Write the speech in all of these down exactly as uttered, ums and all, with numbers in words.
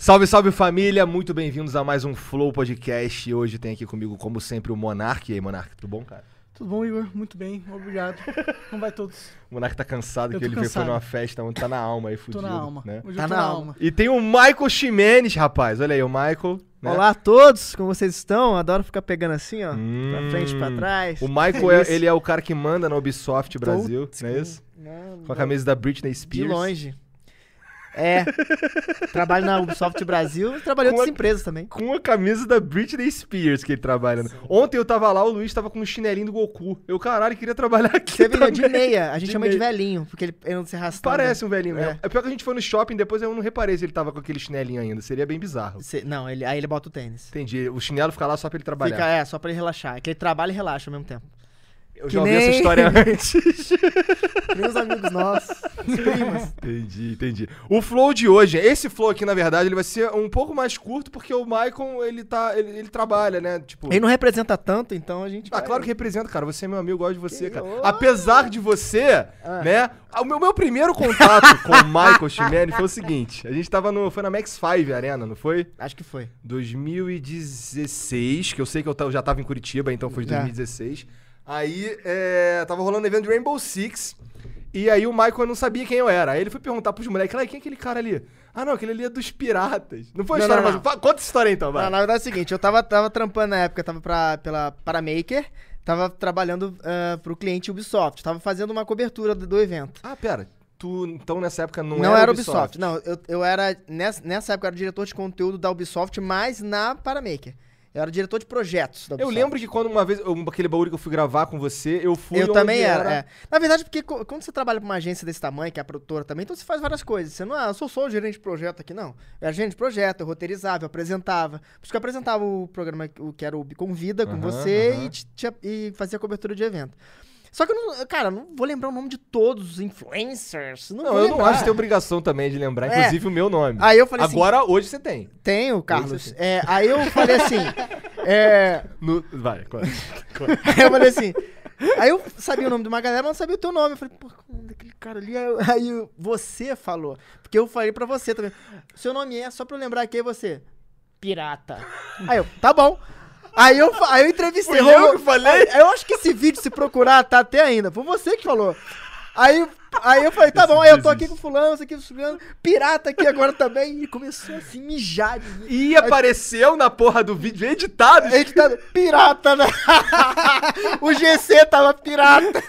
Salve, salve família, muito bem-vindos a mais um Flow Podcast. Hoje tem aqui comigo, como sempre, o Monark. E aí, Monark, tudo bom, cara? Tudo bom, Igor? Muito bem, obrigado. Como vai todos? O Monark tá cansado, Eu que tô ele veio foi cansado. numa festa onde tá na alma aí, fudido. Tô na alma. Né? Hoje Tá eu tô na na alma. alma. E tem o Michael Ximenes, rapaz. Olha aí, o Michael. Né? Olá a todos, como vocês estão? Adoro ficar pegando assim, ó, Hum. pra frente e pra trás. O Michael, é, ele é o cara que manda na Ubisoft Brasil, Putz, não é isso? Não, Com a camisa da Britney de Spears. longe. É, trabalho na Ubisoft Brasil, trabalhou em Com a- outras empresas também. Com a camisa da Britney Spears que ele trabalha. Né? Ontem eu tava lá, o Luiz tava com um chinelinho do Goku. Eu, caralho, queria trabalhar aqui Você veio de também. meia, a gente De chama de meia. velhinho, porque ele, ele não se arrastava. Parece um velhinho É. mesmo. É pior que a gente foi no shopping, depois eu não reparei se ele tava com aquele chinelinho ainda. Seria bem bizarro. Cê- não, ele, aí ele bota o tênis. Entendi. O chinelo fica lá só pra ele trabalhar. Fica, é, só pra ele relaxar. É que ele trabalha e relaxa ao mesmo tempo. Eu que já ouvi nem- essa história antes. Meus amigos nossos, os primas. Entendi, entendi. O flow de hoje, esse flow aqui, na verdade, ele vai ser um pouco mais curto, porque o Maicon, ele tá. Ele, ele trabalha, né? Tipo. Ele não representa tanto, então a gente Ah, vai- claro que representa, cara. Você é meu amigo, eu gosto de você, Que cara. ô! Apesar de você, Ah. né? O meu, meu primeiro contato com o Michael Ximenes foi o seguinte: a gente tava no. Foi na Max cinco Arena, não foi? Acho que foi. dois mil e dezesseis, que eu sei que eu, ta- eu já tava em Curitiba, então foi de Já. dois mil e dezesseis. Aí, é, tava rolando um evento de Rainbow Six, e aí o Michael não sabia quem eu era. Aí ele foi perguntar pros moleques, "Ai, quem é aquele cara ali?" "Ah, não, aquele ali é dos piratas." Não foi a Não, história, não, mas... não. fa- Conta essa história aí, então, vai. Não, na verdade é o seguinte, eu tava, tava trampando na época, tava pra, pela Paramaker, tava trabalhando uh, pro cliente Ubisoft, tava fazendo uma cobertura do, do evento. Ah, pera. Tu, então, nessa época, não, Não, era, era Ubisoft. Ubisoft, não, eu, eu era, nessa, nessa época eu era diretor de conteúdo da Ubisoft, mas na Paramaker. Eu era diretor de projetos da Eu Ubisoft. lembro que quando uma vez, um- aquele bagulho que eu fui gravar com você, eu fui Eu onde também era, é. Na verdade, porque co- quando você trabalha pra uma agência desse tamanho, que é a produtora também, então você faz várias coisas. Você não, ah, eu sou só o gerente de projeto aqui, não. Eu era gerente de projeto, eu roteirizava, eu apresentava. Por isso que eu apresentava o programa, o que era o Convida com Aham, você aham. e, te- tinha- e fazia cobertura de evento. Só que eu não, cara, não vou lembrar o nome de todos os influencers. Não, Não, vou eu não lembrar. acho que tem obrigação também de lembrar, É. inclusive, o meu nome. Aí eu falei assim, Agora, hoje você tem. tenho, Carlos. Esse É, aí eu falei assim, é, No- Vai, conta. Aí eu falei assim. Aí eu sabia o nome de uma galera, mas não sabia o teu nome. Eu falei, pô, qual é o nome daquele cara ali? Aí, eu- aí eu- você falou. Porque eu falei pra você também. Seu nome é, só pra eu lembrar aqui, é você. Pirata. Aí eu, tá bom. Aí eu, fa- aí eu entrevistei. Fui eu rolou- que falei? Aí, eu acho que esse vídeo, se procurar, tá até ainda. Foi você que falou. Aí, aí eu falei, tá Esse bom, aí eu tô existe. aqui com fulano, esse aqui com fulano, pirata aqui agora também. E começou assim, mijar de mim. E apareceu na porra do vídeo editado. A gente tá pirata, né? O G C tava pirata.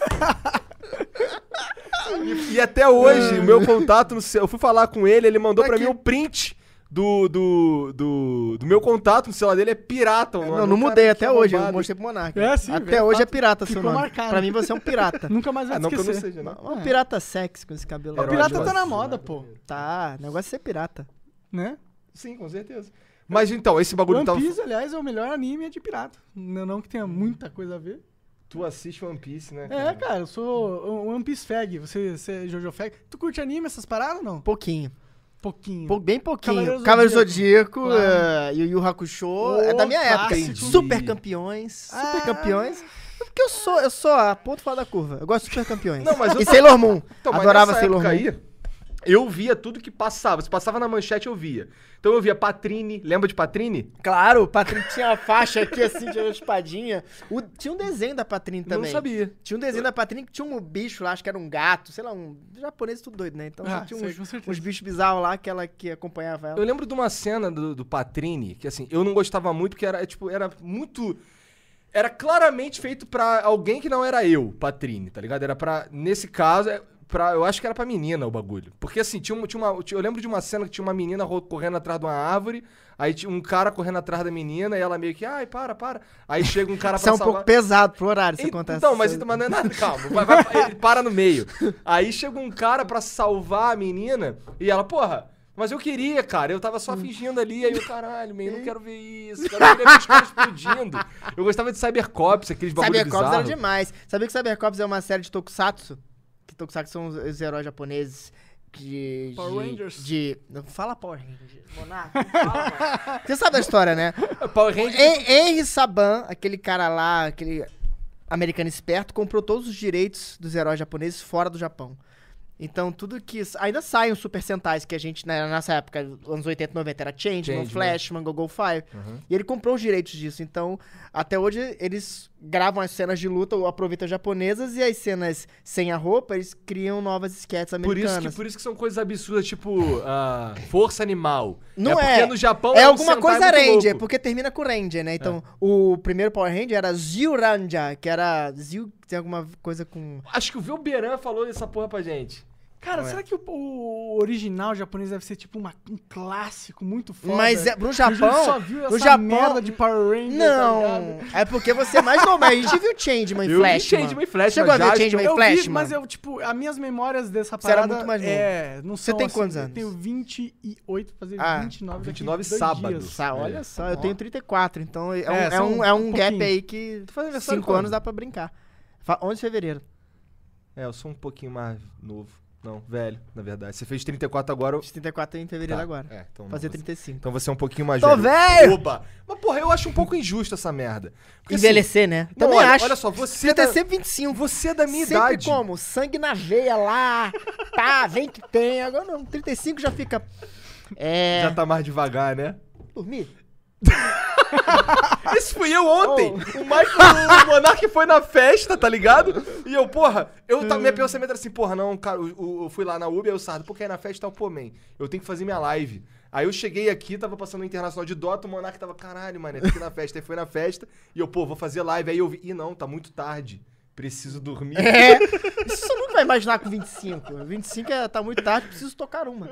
E, e até hoje, o meu contato no cel... Eu fui falar com ele, ele mandou Tá pra aqui. mim o print do, do, do, do meu contato no celular dele. É pirata, mano. Não, não Cara, mudei que até hoje, eu arrombado. mostrei pro Monark. É, sim, Até velho, hoje é fato. pirata seu Ficou nome. marcado. Pra mim você é um pirata. Nunca mais vai Ah, não que eu não esquecer. seja, não. Um pirata sexy com esse cabelo. O Herói pirata de tá na Oz. moda, pô. Tá, o negócio é ser pirata. Né? Sim, com certeza. Mas então, esse bagulho One tava... Piece, aliás, é o melhor anime de pirata. Não, não que tenha muita coisa a ver. Tu assiste One Piece, né? É, cara, eu sou um One Piece fag. Você, você é Jojo fag. Tu curte anime, essas paradas ou não? Pouquinho. Pouquinho. Pou- bem pouquinho. Cavaleiro Cavaleiro Zodíaco, Zodíaco, claro. uh, Yu Yu Hakusho, Ô, é da minha época. clássico. Super campeões. Ah. Super campeões. Porque eu sou, eu sou a ponto fora da curva. Eu gosto de super campeões. Não, mas eu e tô- Sailor Moon. Então, mas Adorava nessa Sailor Moon. época aí, eu via tudo que passava. Se passava na manchete, eu via. Então eu via Patrine. Lembra de Patrine? Claro, o Patrick tinha a faixa aqui assim, tinha uma espadinha. O- tinha um desenho da Patrine também. Não sabia. Tinha um desenho da Patrine que tinha um bicho lá, acho que era um gato, sei lá, um japonês tudo doido, né? Então Ah, tinha sei, uns, com certeza. uns bichos bizarros lá que ela que acompanhava ela. Eu lembro de uma cena do, do Patrine, que assim, eu não gostava muito, porque era, tipo, era muito... Era claramente feito pra alguém que não era eu, Patrine, tá ligado? Era pra, nesse caso, é pra, eu acho que era pra menina o bagulho. Porque assim, tinha, uma- tinha uma, tinha- eu lembro de uma cena que tinha uma menina ro- correndo atrás de uma árvore, aí tinha um cara correndo atrás da menina, e ela meio que, ai, para, para. Aí chega um cara Isso pra é um salvar... pouco pesado pro horário, você E- conta Então, essa mas, cena. mas não é nada, calma, vai- vai- ele para no meio. Aí chega um cara pra salvar a menina, e ela, porra... Mas eu queria, cara. Eu tava só fingindo ali. Aí eu, caralho, man, eu não quero ver isso. Cara, eu queria ver os caras explodindo. Eu gostava de Cybercops, aqueles bagulho Cybercops era bizarro. demais. Sabia que Cybercops é uma série de tokusatsu? Que tokusatsu são os, os heróis japoneses de... Power de, Rangers. De, não fala Power Rangers, Monarca, não fala, mano. Você sabe da história, né? Power Rangers... Hen- Henry Saban, aquele cara lá, aquele americano esperto, comprou todos os direitos dos heróis japoneses fora do Japão. Então, tudo que... Ainda saem os Super Sentais que a gente, né, na nossa época, anos oitenta, noventa, era Changeman, Changeman. Flashman, Gogol Five. Uhum. E ele comprou os direitos disso. Então, até hoje, eles gravam as cenas de luta, ou aproveitam as japonesas, e as cenas sem a roupa, eles criam novas sketches Por isso, americanas. que, por isso que são coisas absurdas, tipo ah, Força Animal. Não é. é. Porque no Japão É um alguma Sentai coisa muito Ranger, louco. porque termina com Ranger, né? Então, o primeiro Power Ranger era Zyuranja, que era... Zyu, tem alguma coisa com... Acho que o Velberan falou dessa porra pra gente. Cara, Não é. será que o, o original japonês deve ser tipo uma- um clássico muito foda? Mas é, no A gente Japão... só viu essa no Japão- merda de Power Ranger, tá Não, ligado? é porque você é mais novo, mas a gente viu Changeman e Eu vi Flashman. Changeman e Flashman, Chegou a ver já, Changeman e Eu vi, Flashman? mas eu, tipo, as minhas memórias dessa Você era parada... muito mais novo. É, não Você são tem assim, quantos Eu anos? tenho vinte e oito, fazer Ah, vinte e nove daqui vinte e nove dois sábado. dias. Tá, olha É. só, eu tenho trinta e quatro, então é, um, É, é, são um, é um um gap pouquinho. aí que Tu faz aniversário cinco quando? anos dá pra brincar. Fa- onze de fevereiro. É, eu sou um pouquinho mais novo. Não, velho, na verdade. Você fez trinta e quatro agora. Eu... Fiz trinta e quatro em fevereiro Tá, agora. É, então Fazer você... trinta e cinco. Então você é um pouquinho mais Tô velho. velho! Oba! Mas, porra, eu acho um pouco injusto essa merda. Porque, Envelhecer, né? Assim, não, Também olha, acho. olha só, você Você da, tem sempre vinte e cinco. você é da minha Sempre idade. como? Sangue na veia lá. Tá, vem que tem. Agora não, trinta e cinco já fica... É... Já tá mais devagar, né? Dormir? Esse fui eu ontem. O Michael, o Monark foi na festa, tá ligado? E eu, porra, eu tá, meu pensamento era assim, porra, não, cara, eu, eu- eu fui lá na Uber, aí o Sardo, porque aí na festa tá o pô, man, eu tenho que fazer minha live. Aí eu cheguei aqui, tava passando o Internacional de Dota, o Monark tava, caralho, mano, tem que ir na festa. Aí foi na festa, e eu, pô, vou fazer live. Aí eu vi, ih, não, tá muito tarde, preciso dormir. É. Isso você nunca vai imaginar com vinte e cinco. vinte e cinco é, tá muito tarde, preciso tocar uma.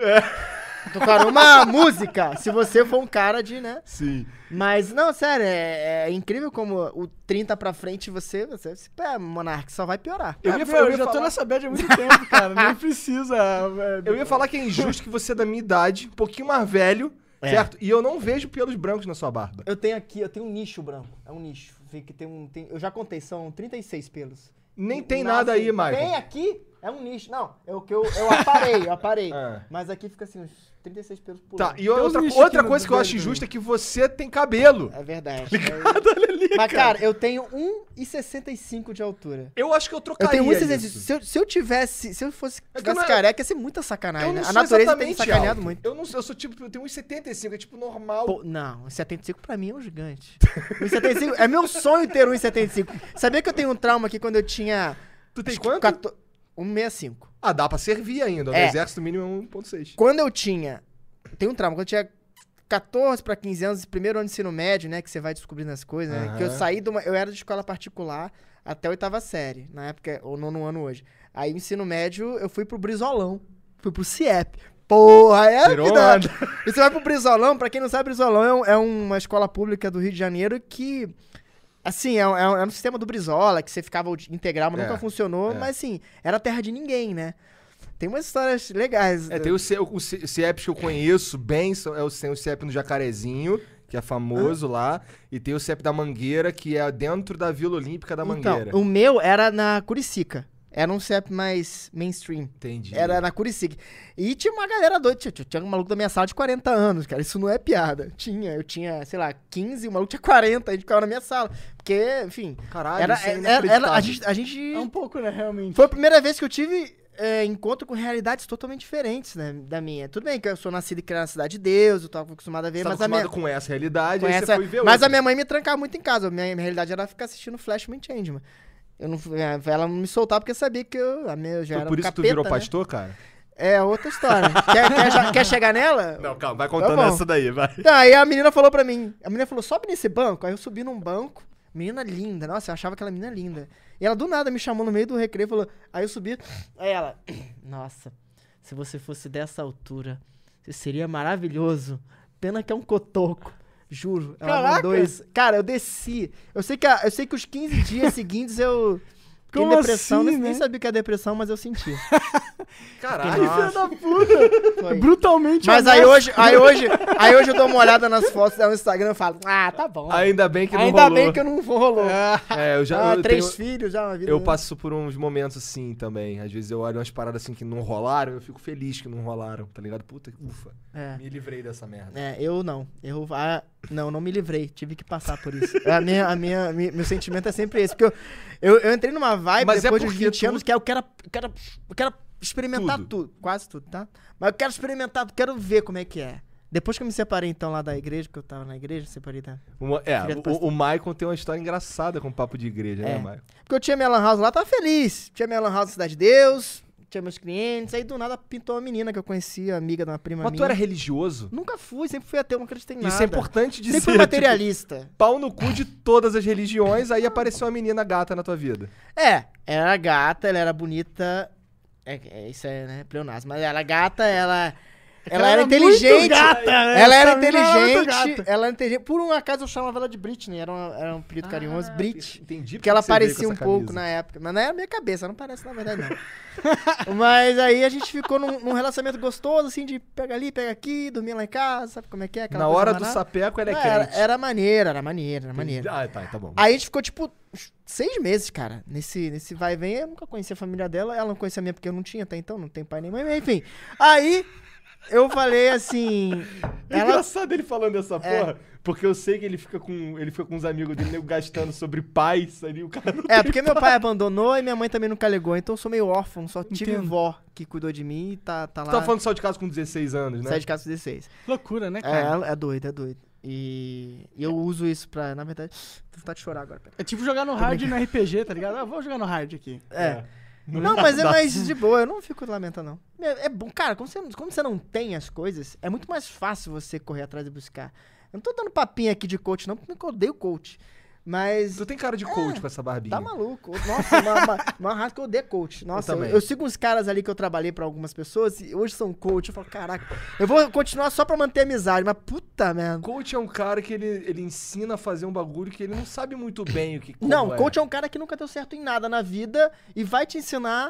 Tocar uma música, se você for um cara de, né? Sim. Mas, não, sério, é, é incrível como o trinta pra frente você, você, você é, Monark, só vai piorar. Eu Eu, ia meu, fa- eu eu ia já tô falar- nessa bad há muito tempo, cara. Nem precisa. é, Eu ia falar que é injusto que você é da minha idade, um pouquinho mais velho, É. certo? E eu não vejo pelos brancos na sua barba. Eu tenho aqui, eu tenho um nicho branco, é um nicho. Vê que tem um, tem- eu já contei, são trinta e seis pelos. Nem tem Nasce- nada aí, Michael. Tem aqui, é um nicho. Não, é o que eu, eu aparei, eu aparei. Ah. Mas aqui fica assim, uns trinta e seis pelos por Tá, ano. e outra, uns nichos outra aqui coisa no que eu acho dedo injusta é que você tem cabelo. É verdade. Ligado? Olha ali, Mas, cara, eu tenho um e sessenta e cinco de altura. Eu acho que eu Eu trocaria tenho um e sessenta e cinco. isso. Se eu, se eu tivesse, se eu fosse É que eu tivesse não- careca, ia ser muita sacanagem, Eu né? não A sou natureza tem me exatamente sacaneado alto. muito. Eu não eu sou tipo, eu tenho um e setenta e cinco, é tipo normal. Pô, não, setenta e cinco pra mim é um gigante. um e setenta e cinco, é meu sonho ter um e setenta e cinco. Sabia que eu tenho um trauma aqui quando eu tinha... Tu tem acho que quanto? quatorze um e sessenta e cinco. Ah, dá pra servir ainda. No É. exército mínimo é um ponto seis. Quando eu tinha... Tem um trauma, quando eu tinha catorze pra quinze anos, primeiro ano de ensino médio, né? Que você vai descobrindo as coisas, né? Aham. Que eu saí de uma... Eu era de escola particular até a oitava série, na época, ou nono ano hoje. Aí, o ensino médio, eu fui pro Brizolão. Fui pro C I E P. Porra, é Tirou que dá. onda. E você vai pro Brizolão, pra quem não sabe, Brizolão é, um- é uma escola pública do Rio de Janeiro que... Assim, é, um- é, um- é um sistema do Brizola, que você ficava o dia integral, mas É, nunca funcionou. é. Mas, assim, era terra de ninguém, né? Tem umas histórias legais. É, tem o, C, o C- C E P que eu conheço bem, são- é o, tem o C E P no Jacarezinho, que é famoso lá, e tem o C E P da Mangueira, que é dentro da Vila Olímpica da Mangueira. Então, o meu era na Curicica. Era um C E P mais mainstream. Entendi. Era na Curicica. E tinha uma galera doida. Tinha, tinha um maluco da minha sala de quarenta anos, cara. Isso não é piada. Tinha. Eu tinha, sei lá, quinze, o maluco tinha quarenta. A gente ficava na minha sala. Porque, enfim. Caralho, Era, isso é era, era- a inacreditável. gente. A gente É um pouco, né, realmente. Foi a primeira vez que eu tive é, encontro com realidades totalmente diferentes, né, da minha. Tudo bem que eu sou nascido e criado na Cidade de Deus, eu tava acostumado a ver, Você tava mas a minha... acostumado com essa realidade, com aí essa- você foi ver mas outra. a minha mãe me trancava muito em casa. Minha, minha realidade era ficar assistindo Flashman Changeman. Eu não, ela não me soltava porque sabia que eu, a minha, eu já Foi era por um isso que tu capeta, virou né? pastor, cara? É outra história. quer, quer, já- quer chegar nela? Não, calma, vai contando bom. essa daí, vai. Então, aí a menina falou pra mim, a menina falou, sobe nesse banco. Aí eu subi num banco, menina linda, nossa, eu achava aquela menina linda. E ela do nada me chamou no meio do recreio e falou, aí eu subi, aí ela, nossa, se você fosse dessa altura, você seria maravilhoso. Pena que é um cotoco. Juro. Ela Caraca! mandou isso. Cara, eu desci. Eu sei que, a- eu sei que os quinze dias seguintes eu fiquei em Como depressão. assim, nem, nem né? sabia o que é depressão, mas eu senti. Caralho. Nossa. Filha da puta! Foi. Brutalmente Mas aí honesto. hoje, aí hoje, aí hoje eu dou uma olhada nas fotos dela no Instagram e falo, ah, tá bom. Ainda bem que não Ainda rolou. bem que eu não rolou. É, eu já Ah, eu três tenho- filhos já, uma vida. Eu passo por uns momentos assim também. Às vezes eu olho umas paradas assim que não rolaram, eu fico feliz que não rolaram, tá ligado? Puta, ufa. É. Me livrei dessa merda. É, eu não. Eu ah, não, não me livrei. Tive que passar por isso. A minha, a minha, mi- meu sentimento é sempre esse. Porque eu, eu, eu entrei numa vibe Mas é depois dos porque vinte tu- anos que é eu quero, eu quero, eu quero experimentar Tudo. tudo. Quase tudo, tá? Mas eu quero experimentar, quero ver como é que é. Depois que eu me separei, então, lá da igreja, porque eu tava na igreja, separei da... Uma- é, Filha do o, pastor. o Maicon tem uma história engraçada com papo de igreja, É. né, Maicon? Porque eu tinha minha lan house lá, tava feliz. Tinha minha lan house na Cidade de Deus, tinha meus clientes. Aí, do nada, pintou uma menina que eu conhecia, amiga de uma prima Mas minha. tu era religioso? Nunca fui, sempre fui ateu, não acreditei em nada. Isso é importante dizer. Sempre fui tipo, materialista. pau no cu de todas as religiões, aí apareceu uma menina gata na tua vida. É, ela era gata, ela era bonita. É, é, isso é, né, pleonasmo. Mas ela era gata, ela... Ela, era era muito inteligente. gata, né? Ela era Essa menina era muito inteligente. gata. Ela era inteligente. Por um acaso eu chamava ela de Britney. Era, uma, era um apelido carinhoso. Brit. Entendi. Porque ela você veio com parecia um essa pouco camisa. na época. Mas não é a minha cabeça, não parece na verdade, não. Mas aí a gente ficou num, num relacionamento gostoso, assim, de pega ali, pega aqui, dormir lá em casa, sabe como é que é? Aquela Na coisa hora do banal. sapeco, ela é Não, crente. era, era maneiro, era maneiro, era maneiro. Ah, tá, tá bom. Aí a gente ficou, tipo, seis meses, cara, nesse, nesse vai e vem. Eu nunca conhecia a família dela, ela não conhecia a minha porque eu não tinha até então, não tem pai nem mãe, mas enfim. Aí eu falei assim... É ela, engraçado ele falando dessa É. porra, porque eu sei que ele fica com, ele fica com uns amigos dele nego, gastando sobre pais ali, o cara não é, tem porque meu pai abandonou e minha mãe também nunca ligou, então eu sou meio órfão, só tive Entendo. vó que cuidou de mim e tá, tá Tu lá. tava falando só de casa com dezesseis anos, né? Sai de casa com dezesseis. Loucura, né, É, cara? ela é doido, é doido. E, e eu uso isso pra, na verdade, tô vontade de chorar agora. Pera. É tipo jogar no hard no R P G, tá ligado? Ah, vou jogar no hard aqui. É. Não, mas é mais de boa, eu não fico lamentando, não. É, é bom, cara, como você, como você não tem as coisas, é muito mais fácil você correr atrás e buscar. Eu não tô dando papinha aqui de coach, não, porque eu odeio coach. Mas. Tu tem cara de coach com essa barbinha. Tá maluco. Nossa, uma, uma, uma raça que eu odeio coach. Nossa, Eu eu, também. eu sigo uns caras ali que eu trabalhei pra algumas pessoas e hoje são coach. Eu falo, caraca, eu vou continuar só pra manter a amizade, mas puta merda. Coach é um cara que ele, ele ensina a fazer um bagulho que ele não sabe muito bem o que como Não, é. coach é um cara que nunca deu certo em nada na vida e vai te ensinar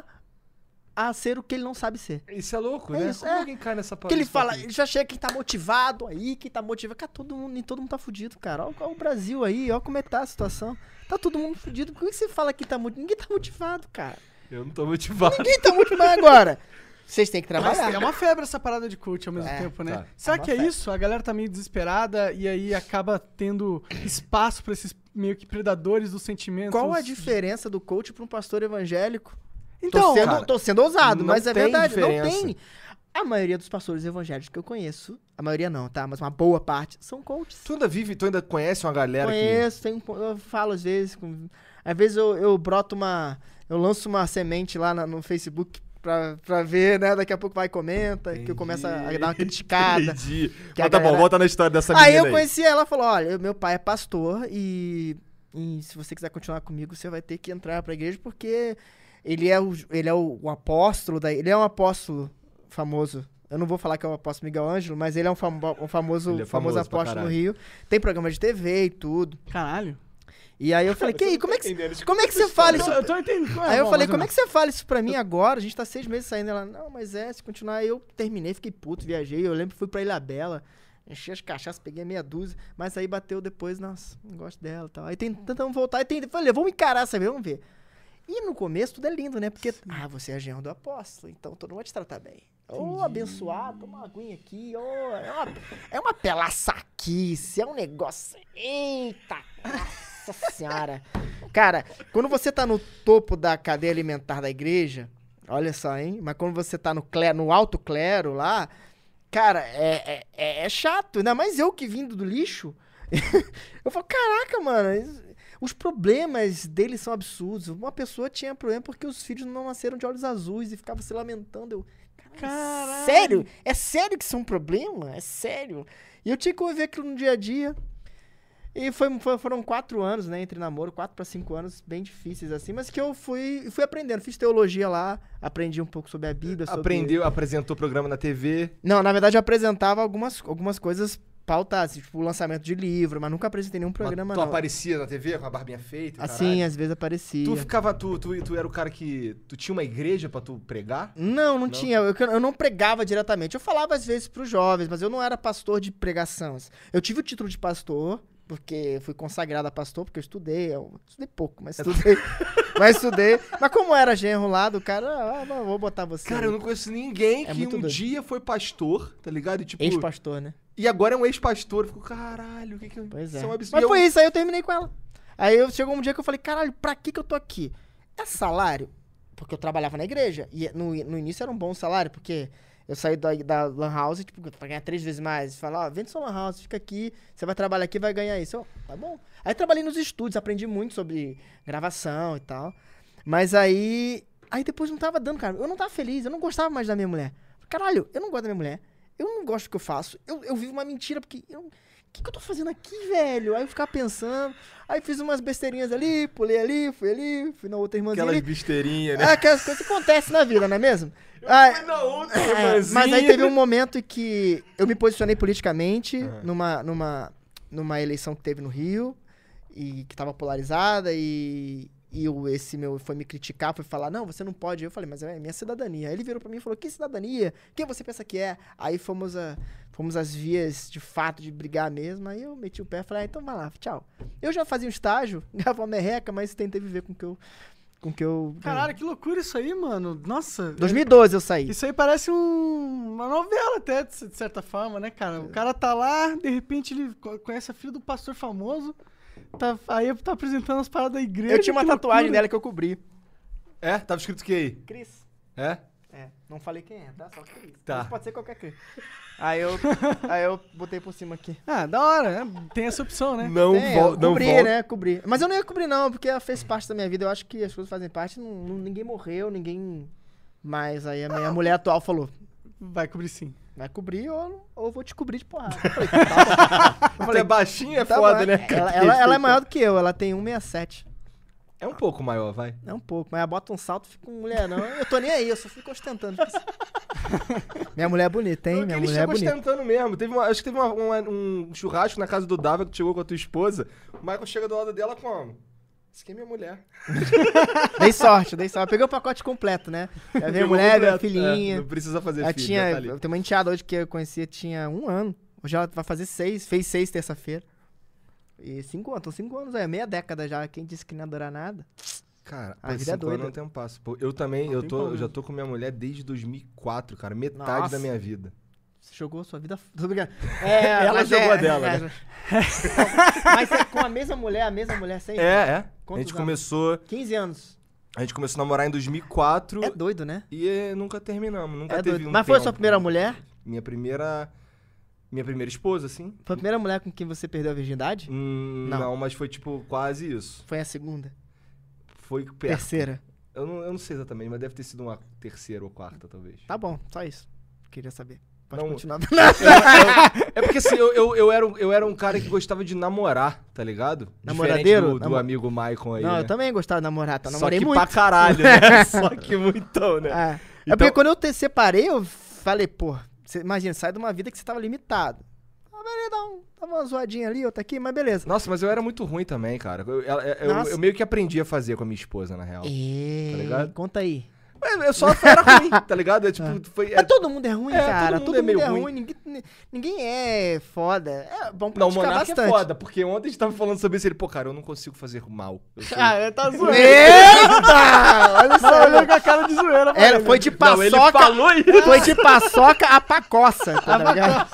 a ser o que ele não sabe ser. Isso é louco, É né? isso, Como é. alguém cai nessa Porque ele nesse fala, papinho? ele já chega quem tá motivado aí, quem tá motivado. Cara, todo mundo, nem todo mundo tá fudido, cara. Olha, olha o Brasil aí, olha como é que tá a situação. Tá todo mundo fudido. Por que você fala que tá motivado? Ninguém tá motivado, cara. Eu não tô motivado. Ninguém tá motivado agora. Vocês têm que Mas trabalhar. é uma febre essa parada de coach ao mesmo É, tempo, né? tá. Será É uma que é febre. isso? A galera tá meio desesperada e aí acaba tendo espaço pra esses meio que predadores dos sentimentos. Qual a diferença do coach pra um pastor evangélico? Então, tô, sendo, cara, tô sendo ousado, não mas é tem verdade, diferença. não tem. A maioria dos pastores evangélicos que eu conheço, a maioria não, tá? Mas uma boa parte, são coaches. Tu ainda vive, tu ainda conhece uma galera Conheço, tem, um- eu falo às vezes. Com, às vezes eu, eu broto uma. Eu lanço uma semente lá na- no Facebook pra, pra ver, né? Daqui a pouco vai e comenta, que... que eu começo a, a dar uma criticada. Entendi. Que a Mas tá bom, galera- volta na história dessa menina Aí aí. eu conheci ela e falou: olha, meu pai é pastor e, e se você quiser continuar comigo, você vai ter que entrar pra igreja porque ele é o, ele é o, o apóstolo da. Ele é um apóstolo famoso. Eu não vou falar que é o apóstolo Miguel Ângelo, mas ele é um, famo, um famoso, Ele é famoso famoso pra apóstolo no caralho. Rio. Tem programa de T V e tudo. Caralho. E aí eu falei, que aí, como é que, entendendo. como é que você fala isso? Eu tô entendendo. Aí eu falei, como é que você fala isso pra mim agora? A gente tá seis meses saindo. Ela, não, mas é, se continuar, eu terminei, fiquei puto, viajei. Eu lembro que fui pra Ilha Bela, enchi as cachaças, peguei meia dúzia, mas aí bateu depois, nossa, não gosto dela e tal. Aí tem, tentamos voltar, e tem, falei, vamos encarar, sabe? Vamos ver. E no começo tudo é lindo, né? Porque, ah, você é genro do apóstolo, então todo mundo vai te tratar bem. Ô, abençoado, toma uma aguinha aqui, ô, é uma, é uma pelaçaquice, é um negócio, eita, nossa senhora. Cara, quando você tá no topo da cadeia alimentar da igreja, olha só, hein? Mas quando você tá no, clero, no alto clero lá, cara, é, é, é, é chato. Ainda mais eu que vindo do lixo. Eu falo, caraca, mano, isso- os problemas deles são absurdos. Uma pessoa tinha problema porque os filhos não nasceram de olhos azuis e ficava se lamentando. Eu, caralho, Caralho. sério? É sério que isso é um problema? É sério? E eu tinha que conviver aquilo no dia a dia. E foi, foi- foram quatro anos, né, entre namoro, quatro para cinco anos, bem difíceis assim, mas que eu fui, fui aprendendo. Fiz teologia lá, aprendi um pouco sobre a Bíblia. Sobre... Aprendeu, apresentou programa na T V. Não, na verdade eu apresentava algumas, algumas coisas pautadas, tipo o lançamento de livro, mas nunca apresentei nenhum programa, tu não. aparecia na T V com a barbinha feita? e Assim, caralho? às vezes aparecia. Tu ficava, tu, tu, tu era o cara que. Tu tinha uma igreja pra tu pregar? Não, não, tinha. Eu, eu não pregava diretamente. Eu falava às vezes pros jovens, mas eu não era pastor de pregação. Eu tive o título de pastor, porque eu fui consagrado a pastor, porque eu estudei. Eu estudei pouco, mas estudei. mas estudei. Mas como era genro lá do cara, ah, ah, vou botar você. Cara, eu não conheço ninguém É que um muito doido. dia foi pastor, tá ligado? E, tipo, Ex-pastor, né? e agora é um ex-pastor. Eu fico, caralho, o que que eu. Pois é. Isso é um absurdo. Mas E eu- foi isso, aí eu terminei com ela. Aí eu, chegou um dia que eu falei, caralho, pra que que eu tô aqui? É salário? porque eu trabalhava na igreja. E no, no início era um bom salário, porque eu saí da, da Lan House, tipo, pra ganhar três vezes mais. Falar, ó, vende sua Lan House, fica aqui, você vai trabalhar aqui, vai ganhar isso. Eu, tá bom. Aí trabalhei nos estúdios, aprendi muito sobre gravação e tal. Mas aí... Aí depois não tava dando, cara. Eu não tava feliz, eu não gostava mais da minha mulher. Caralho, eu não gosto da minha mulher. Eu não gosto do que eu faço. Eu, eu vivo uma mentira, porque... Eu, o que, que eu tô fazendo aqui, velho? Aí eu ficava pensando. Aí fiz umas besteirinhas ali, pulei ali, fui ali, fui na outra irmãzinha Aquelas ali. besteirinhas, né? Ah, aquelas coisas que acontecem na vida, não é mesmo? Eu Ah, fui na outra é, irmãzinha. mas aí teve um momento que eu me posicionei politicamente Uhum. numa, numa, numa eleição que teve no Rio, e que tava polarizada, e, e o, esse meu foi me criticar, foi falar, não, você não pode. Eu falei, mas é minha cidadania. Aí ele virou pra mim e falou, que cidadania? Quem você pensa que é? Aí fomos, a, fomos às vias de fato de brigar mesmo, aí eu meti o pé e falei, ah, então vai lá, tchau. Eu já fazia um estágio, gravava uma merreca, mas tentei viver com o que eu... Com que eu Caralho, que loucura isso aí, mano. Nossa. dois mil e doze eu saí. Isso aí parece um, uma novela até, de certa forma, né, cara? O cara tá lá, de repente ele co- conhece a filha do pastor famoso, tá, aí tá apresentando as paradas da igreja. Eu tinha uma que tatuagem loucura. dela que eu cobri. É? Tava escrito o que aí? Cris. É? É, não falei quem é, tá? Só Cris. Tá. Mas pode ser qualquer Cris. Aí eu, aí eu botei por cima aqui. Ah, da hora, né? Tem essa opção, né? Não, Tem, vol eu não cobri, volta. né? Cobri. Mas eu não ia cobrir não, porque ela fez parte da minha vida. Eu acho que as coisas fazem parte. Não, não- ninguém morreu, ninguém... Mas aí a minha mulher atual falou, Vai cobrir sim. vai cobrir ou, ou eu vou te cobrir de porrada. Eu falei, tá bom. Tu é baixinho, é Tá foda, bom. né? cara? Ela, Que ela, ela é respeito. maior do que eu, ela tem um vírgula sessenta e sete. É um pouco maior, vai. É um pouco, mas ela bota um salto e fica um mulherão. Eu tô nem aí, eu só fico ostentando. Minha mulher é bonita, hein? Porque Minha ele mulher é chegou bonita. ostentando mesmo. Teve uma, acho que teve uma- uma- um churrasco na casa do Dava que tu chegou com a tua esposa. O Michael chega do lado dela como? Isso aqui é minha mulher. Dei sorte, dei sorte. Eu peguei o pacote completo, né? Já veio a Pegou mulher, veio a completo. filhinha. É, não precisa fazer Ela filho, tinha, já tá ali. eu tenho uma enteada hoje que eu conhecia, tinha um ano. Hoje ela vai fazer seis, fez seis terça-feira. E cinco anos, estão cinco anos aí, meia década já. Quem disse que não ia durar nada? Cara, A pô, vida é cinco doida. anos não tem um passo. Pô, eu também, Não eu, tem tô, como, eu já né? tô com minha mulher desde dois mil e quatro, cara. Metade Nossa. da minha vida. Você jogou a sua vida... f- Tô brincando. É, Ela mas jogou é- a dela, é- né? Mas é com a mesma mulher, a mesma mulher sempre? É, é. A Quantos gente anos? começou, quinze anos. a gente começou a namorar em dois mil e quatro É doido, né? e eh, nunca terminamos, nunca É teve doido. um Mas foi a tempo. sua primeira mulher? Minha primeira minha primeira esposa, assim? Foi a primeira mulher com quem você perdeu a virgindade? Hum, Não. não. mas foi tipo quase isso. Foi a segunda? Foi perto. Terceira? Eu não, eu não sei exatamente, mas deve ter sido uma terceira ou quarta, talvez. Tá bom, só isso. Queria saber. Pode Não- continuar. É porque assim, eu, eu, eu, era um, eu era um cara que gostava de namorar, tá ligado? Namoradeiro? Diferente do, do Namo- amigo Maicon aí, Não, né? eu também gostava de namorar, tá? Só Namorei que muito. pra caralho, né? Só que muitão, né? É. É Então- porque quando eu te separei, eu falei, pô, você, imagina, sai de uma vida que você tava limitado. Ah, beleza, dá um, dá uma zoadinha ali, outra aqui, mas beleza. Nossa, mas eu era muito ruim também, cara. Eu, eu, eu- Nossa. eu meio que aprendi a fazer com a minha esposa, na real. E... Tá ligado? Conta aí. Mas Eu só era ruim, tá ligado? É tipo, foi... é- Mas todo mundo é ruim, É, todo cara. mundo Todo é mundo meio é ruim. ruim. Ninguém, ninguém é foda. É bom Não, o praticar Monark bastante. é foda, porque ontem a gente tava falando sobre isso. Ele, pô, cara, eu não consigo fazer mal. Eu sou- Ah, ele tá zoando. Eita! Olha isso Não, aí. olhou com a cara de zoeira, Era, mano. foi de Não, ele paçoca. falou isso. Foi de paçoca a pacoça, tá ligado?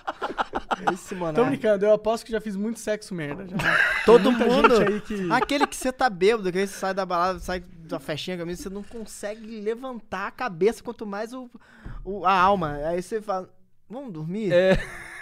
Esse Tô monarca. brincando, eu aposto que já fiz muito sexo merda. Já. Todo Muita mundo. gente aí que... Aquele que você tá bêbado, que aí você sai da balada, sai da festinha com a você não consegue levantar a cabeça, quanto mais o, o- a alma. Aí você fala, vamos dormir? É.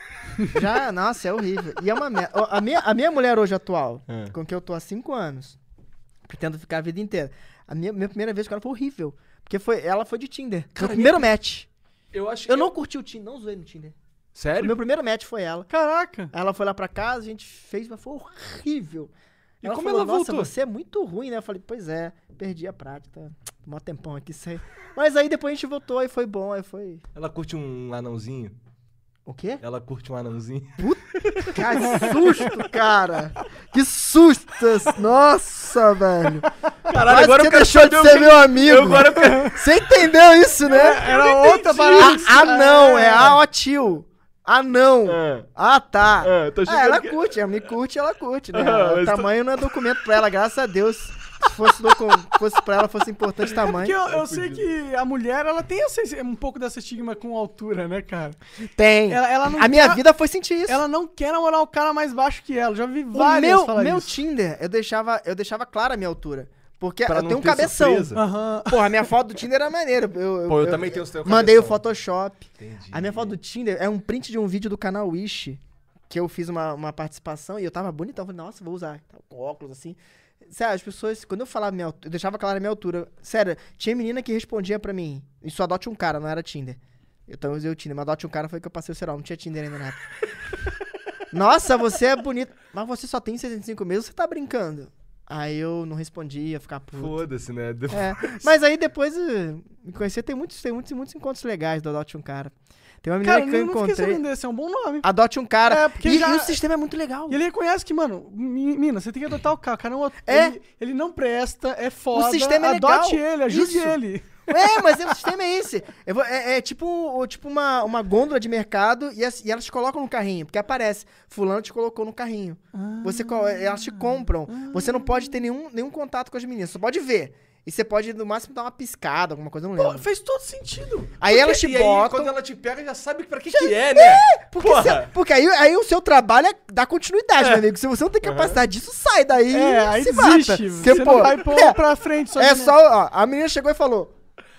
Já, nossa, é horrível. E é uma merda. Ó, A minha, a minha mulher hoje atual, É. com quem eu tô há cinco anos, pretendo ficar a vida inteira. A minha, minha primeira vez com ela foi horrível. Porque foi, ela foi de Tinder. Cara, Meu primeiro match. Eu acho que... Eu não curti o Tinder, não zoei no Tinder. O Sério? meu primeiro match foi ela. Caraca. Ela foi lá pra casa, a gente fez, mas foi horrível. E ela como falou, ela nossa, voltou? você é muito ruim, né? Eu falei, pois é, perdi a prática. Mó tempão aqui, sei. Mas aí depois a gente voltou e foi bom, aí foi... Ela curte um anãozinho? O quê? Ela curte um anãozinho? Cara, que susto, cara! Que susto! Nossa, velho! Caralho, Quase agora você eu quero deixou de saber ser o que- meu amigo! Eu agora eu quero... Você entendeu isso, né? Era outra parada. Ah, ah, não, é ah, ó, tio! Ah, não! Ah, Ah, tá! ah, tô Ah, ela achando que... curte, ela me curte, ela curte, né? Ah, o mas tô- tamanho não é documento pra ela, graças a Deus. Se fosse, docu... fosse pra ela, fosse importante tamanho. Porque eu, eu sei que a mulher, ela tem esse- um pouco dessa estigma com altura, né, cara? Tem. Ela, ela não A minha quer, vida foi sentir isso. Ela não quer namorar o cara mais baixo que ela. Já vi O várias meu, falar meu isso. Tinder, eu deixava, eu deixava clara a minha altura. Porque Pra eu não tenho um ter cabeção. surpresa. Aham. Porra, a minha foto do Tinder era maneira. Eu, Pô, eu também tenho os teus Mandei o cabeção. Photoshop. Entendi. A minha foto do Tinder é um print de um vídeo do canal Wish, que eu fiz uma, uma participação e eu tava bonitão. Falei, nossa, vou usar. Tava com óculos assim. Sério, as pessoas, quando eu falava minha altura, eu deixava claro a minha altura. Sério, tinha menina que respondia pra mim. Isso adote um cara, não era Tinder. Então eu usei o Tinder, mas adote um cara foi que eu passei o celular. Não tinha Tinder ainda na época. Nossa, você é bonito. Mas você só tem sessenta e cinco meses, você tá brincando? Aí eu não respondia, ficar puto. Foda-se, né? Depois- É, mas aí depois eh, me conhecer, tem muitos, tem muitos, muitos encontros legais do Adote um Cara. Tem uma menina Cara, que eu eu não fiquei encontrei. sabendo desse, é um bom nome. Adote um Cara. É, porque e, já- e o sistema é muito legal. E ele reconhece que, mano, mi- mina, você tem que adotar o cara. O cara não, É. ele, ele não presta, é foda. O sistema é adote legal. ele, ajude Isso. ele. É, mas o sistema é esse. Eu vou- É, é tipo, o- tipo uma, uma gôndola de mercado e, as- e elas te colocam no carrinho. Porque aparece, fulano te colocou no carrinho. Você, co- elas te compram. Você não pode ter nenhum, nenhum contato com as meninas. Você pode ver. E você pode, no máximo, dar uma piscada, alguma coisa, eu não Pô, lembro. fez todo sentido. Aí elas te E aí, botam. quando ela te pega, já sabe pra que que é, né? Porque, Porra. se- porque aí, aí o seu trabalho é dar continuidade, meu amigo. Se você não tem capacidade disso, sai daí É, e aí se desiste. mata. Você Porque, não pô, vai pôr é, pra frente. é que- só, ó, a menina chegou e falou,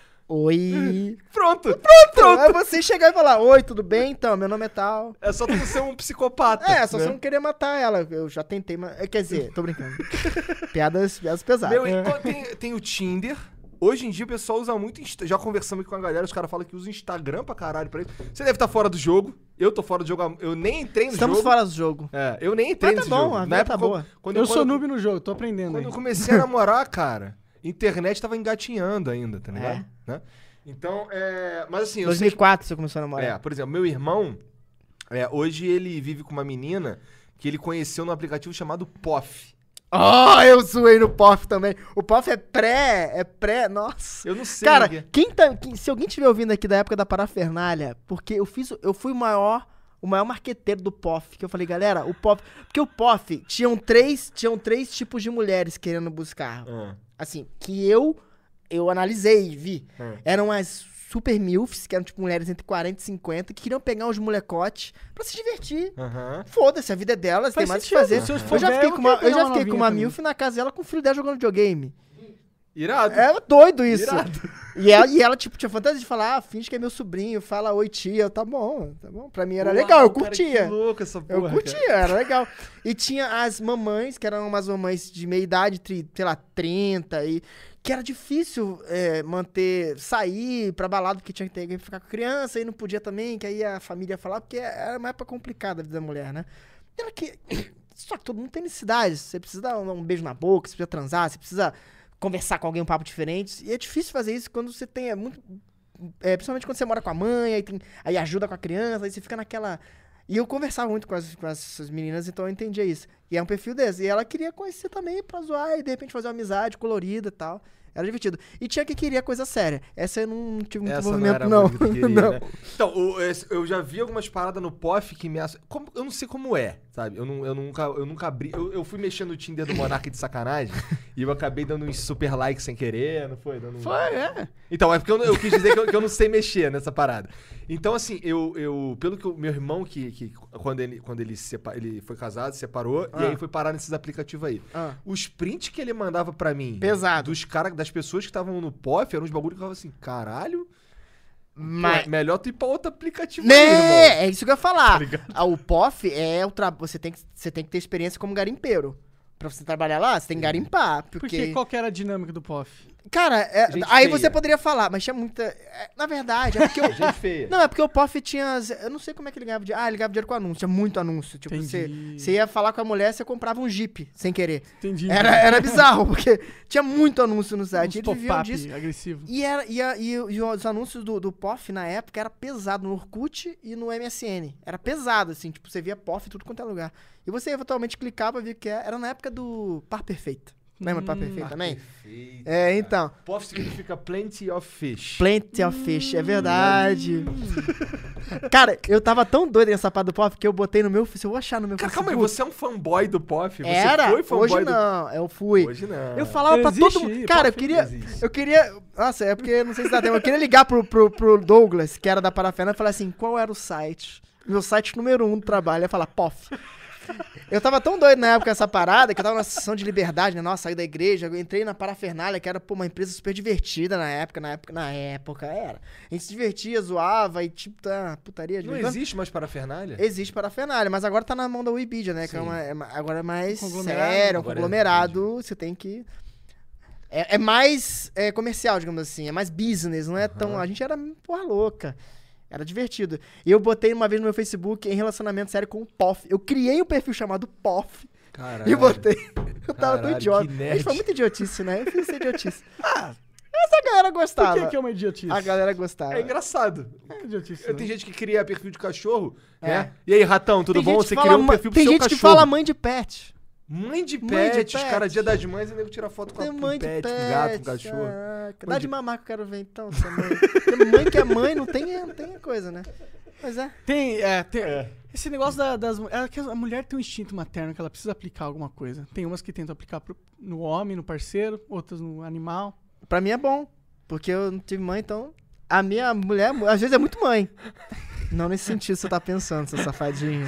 oi. Pronto. Pronto. Aí você chegar e falar, oi, tudo bem? Então, meu nome é tal. É só tu ser um psicopata. É, só né? você não querer matar ela. Eu já tentei, mas... Quer dizer, tô brincando. piadas, piadas pesadas. Meu, então tem, tem o Tinder. Hoje em dia o pessoal usa muito. Insta- Já conversamos aqui com a galera, os caras falam que usa Instagram pra caralho pra isso. Você deve estar fora do jogo. Eu tô fora do jogo. há- Eu nem entrei no Estamos jogo. fora do jogo. É, eu nem entrei Mas tá nesse bom, jogo. a Na vida época, tá boa. Quando, Eu quando, sou noob no jogo, tô aprendendo Quando aí. eu comecei a namorar, cara, internet tava engatinhando ainda, tá ligado? Né? Então, é. Mas assim, eu dois sei mil e quatro você começou a É, namorar. por exemplo, meu irmão, é, hoje ele vive com uma menina que ele conheceu num aplicativo chamado P O F. Oh, eu zoei no P O F também. O P O F é pré, é pré, nossa. Eu não sei. Cara, o que é. quem tá, quem- se alguém estiver ouvindo aqui da época da parafernália, porque eu fiz, eu fui o maior, o maior marqueteiro do P O F, que eu falei, galera, o P O F, porque o P O F tinham três, tinham três tipos de mulheres querendo buscar. Ah, Assim, que eu eu analisei e vi. ah. Eram as super milfs, que eram tipo mulheres entre quarenta e cinquenta, que queriam pegar uns molecotes pra se divertir. Aham. Fosse, a vida é delas, tem Faz mais o que sentido, fazer. se eu Eu for já velho, fiquei eu com uma, quero eu já pegar uma fiquei com uma novinha milf na casa dela com o filho dela jogando videogame. Irado. É doido isso. Irado. E ela, e ela, tipo, tinha fantasia de falar, ah, finge que é meu sobrinho, fala oi tia, tá bom, tá bom. Pra mim era Uau, legal, eu cara, curtia. que louco essa porra. Eu curtia, era legal. E tinha as mamães, que eram umas mamães de meia idade, tri- sei lá, trinta, e que era difícil é, manter, sair pra balada, porque tinha que ter que ficar com criança, e não podia também, que aí a família ia falar, porque era uma época complicada a vida da mulher, né? E ela que... Só que todo mundo tem necessidades, você precisa dar um, um beijo na boca, você precisa transar, você precisa conversar com alguém um papo diferente, e é difícil fazer isso quando você tem, é muito... É, principalmente quando você mora com a mãe, aí, tem, aí ajuda com a criança, aí você fica naquela... E eu conversava muito com as, com as meninas, então eu entendia isso. E é um perfil desse. E ela queria conhecer também pra zoar e de repente fazer uma amizade colorida e tal. Era divertido. E tinha que queria coisa séria. Essa eu não tive muito Essa não envolvimento, era não. muito que tu queria, Não. né? Então, o- esse- eu já vi algumas paradas no P O F que me... ass- como- eu não sei como é, sabe? Eu, não, eu, nunca, eu nunca abri... Eu, eu fui mexendo no Tinder do Monark de sacanagem e eu acabei dando uns super likes sem querer, não foi? Dando um- Foi, é. Então, é porque eu, não- eu quis dizer que eu, que eu não sei mexer nessa parada. Então, assim, eu... eu pelo que o meu irmão, que, que quando, ele, quando ele, se sepa- ele foi casado, separou, Ah. e aí foi parar nesses aplicativos aí. Ah. Os prints que ele mandava pra mim... Pesado. Dos caras, das pessoas que estavam no P O F, eram uns bagulho que eu falava assim, caralho... Mas... Pô, melhor tu ir pra outro aplicativo aí, irmão. Né? É isso que eu ia falar. Tá ligado? Ah, o P O F é o trabalho. Você tem, que, você tem que ter experiência como garimpeiro. Pra você trabalhar lá, você tem que garimpar. Porque, Porque qual que era a dinâmica do P O F? cara, é- Gente aí feia. você poderia falar, mas tinha muita. é, na verdade, é porque eu. Gente feia. Não, é porque o P O F tinha. as- Eu não sei como é que ele ganhava dinheiro. Ah, ele ganhava dinheiro com anúncio. Tinha muito anúncio. Tipo, você, Entendi. você ia falar com a mulher, você comprava um Jeep, sem querer. Entendi. Era, era bizarro, porque tinha muito anúncio no site. Uns Eles viviam pop-up disso. agressivo. E, era, e, a- e, e os anúncios do, do P O F na época era pesado no Orkut e no M S N. Era pesado, assim, tipo, você via P O F em tudo quanto é lugar. E você eventualmente clicava, via que era, era na época do Par Perfeito. Lembra do Par Perfeito também? Perfeito. É, então. P O F significa Plenty of Fish. Plenty of Fish, é verdade. Cara, eu tava tão doido nessa parte do P O F que eu botei no meu. Se eu vou achar no meu Cara, calma aí, Facebook. você é um fanboy do P O F? Você Era? foi fanboy Hoje do... não, eu fui. Hoje não. Eu falava pra Existe todo mundo. aí, Cara, eu P O F queria. existe. Eu queria. Nossa, é porque não sei se dá tempo. Eu queria ligar pro, pro, pro Douglas, que era da Parafernália, e falar assim: qual era o site? Meu site número um do trabalho. Eu ia falar P O F. Eu tava tão doido na época essa parada, que eu tava na sessão de liberdade, né? Nossa, saí da igreja, eu entrei na Parafernália, que era, pô, uma empresa super divertida na época, na época, na época, era. A gente se divertia, zoava e, tipo, tá, putaria de Não vez em quando. existe mais parafernália? Existe Parafernália, mas agora tá na mão da Webedia, né? Que é Sim. uma, é ma- agora é mais Conglomerado. sério, um Agora é- conglomerado, você tem que... É, é mais é, comercial, digamos assim, é mais business, não é tão... A gente era, porra, louca. Era divertido. E eu botei uma vez no meu Facebook em relacionamento sério com o P O F. Eu criei um perfil chamado P O F Caralho. e botei. Eu tava tão Caralho, idiota. que A nerd. gente foi muito idiotice, né? Eu fiz essa idiotice. Ah, essa galera gostava. Por que, que é uma idiotice? A galera gostava. É engraçado. É idiotice. Tem né? gente que cria perfil de cachorro, É. né? E aí, ratão, tudo Tem bom? gente que Você fala criou um ma- perfil pro Tem seu gente cachorro. que fala mãe de pet. Mãe de Mãe de pet, os pet. caras, dia das mães, e nego tira foto com, a, Tem com mãe um de pet, pet. com um gato, com um cachorro. Caraca. Mãe Dá de- de mamar que eu quero ver então, sua mãe. Porque mãe que é mãe não tem, não tem coisa, né? Mas é. Tem, é, tem. É. Esse negócio da- das. É que a mulher tem um instinto materno que ela precisa aplicar alguma coisa. Tem umas que tentam aplicar pro- no homem, no parceiro, outras no animal. Pra mim é bom. Porque eu não tive mãe, então. A minha mulher, às vezes, é muito mãe. Não nesse sentido que você tá pensando, seu safadinho.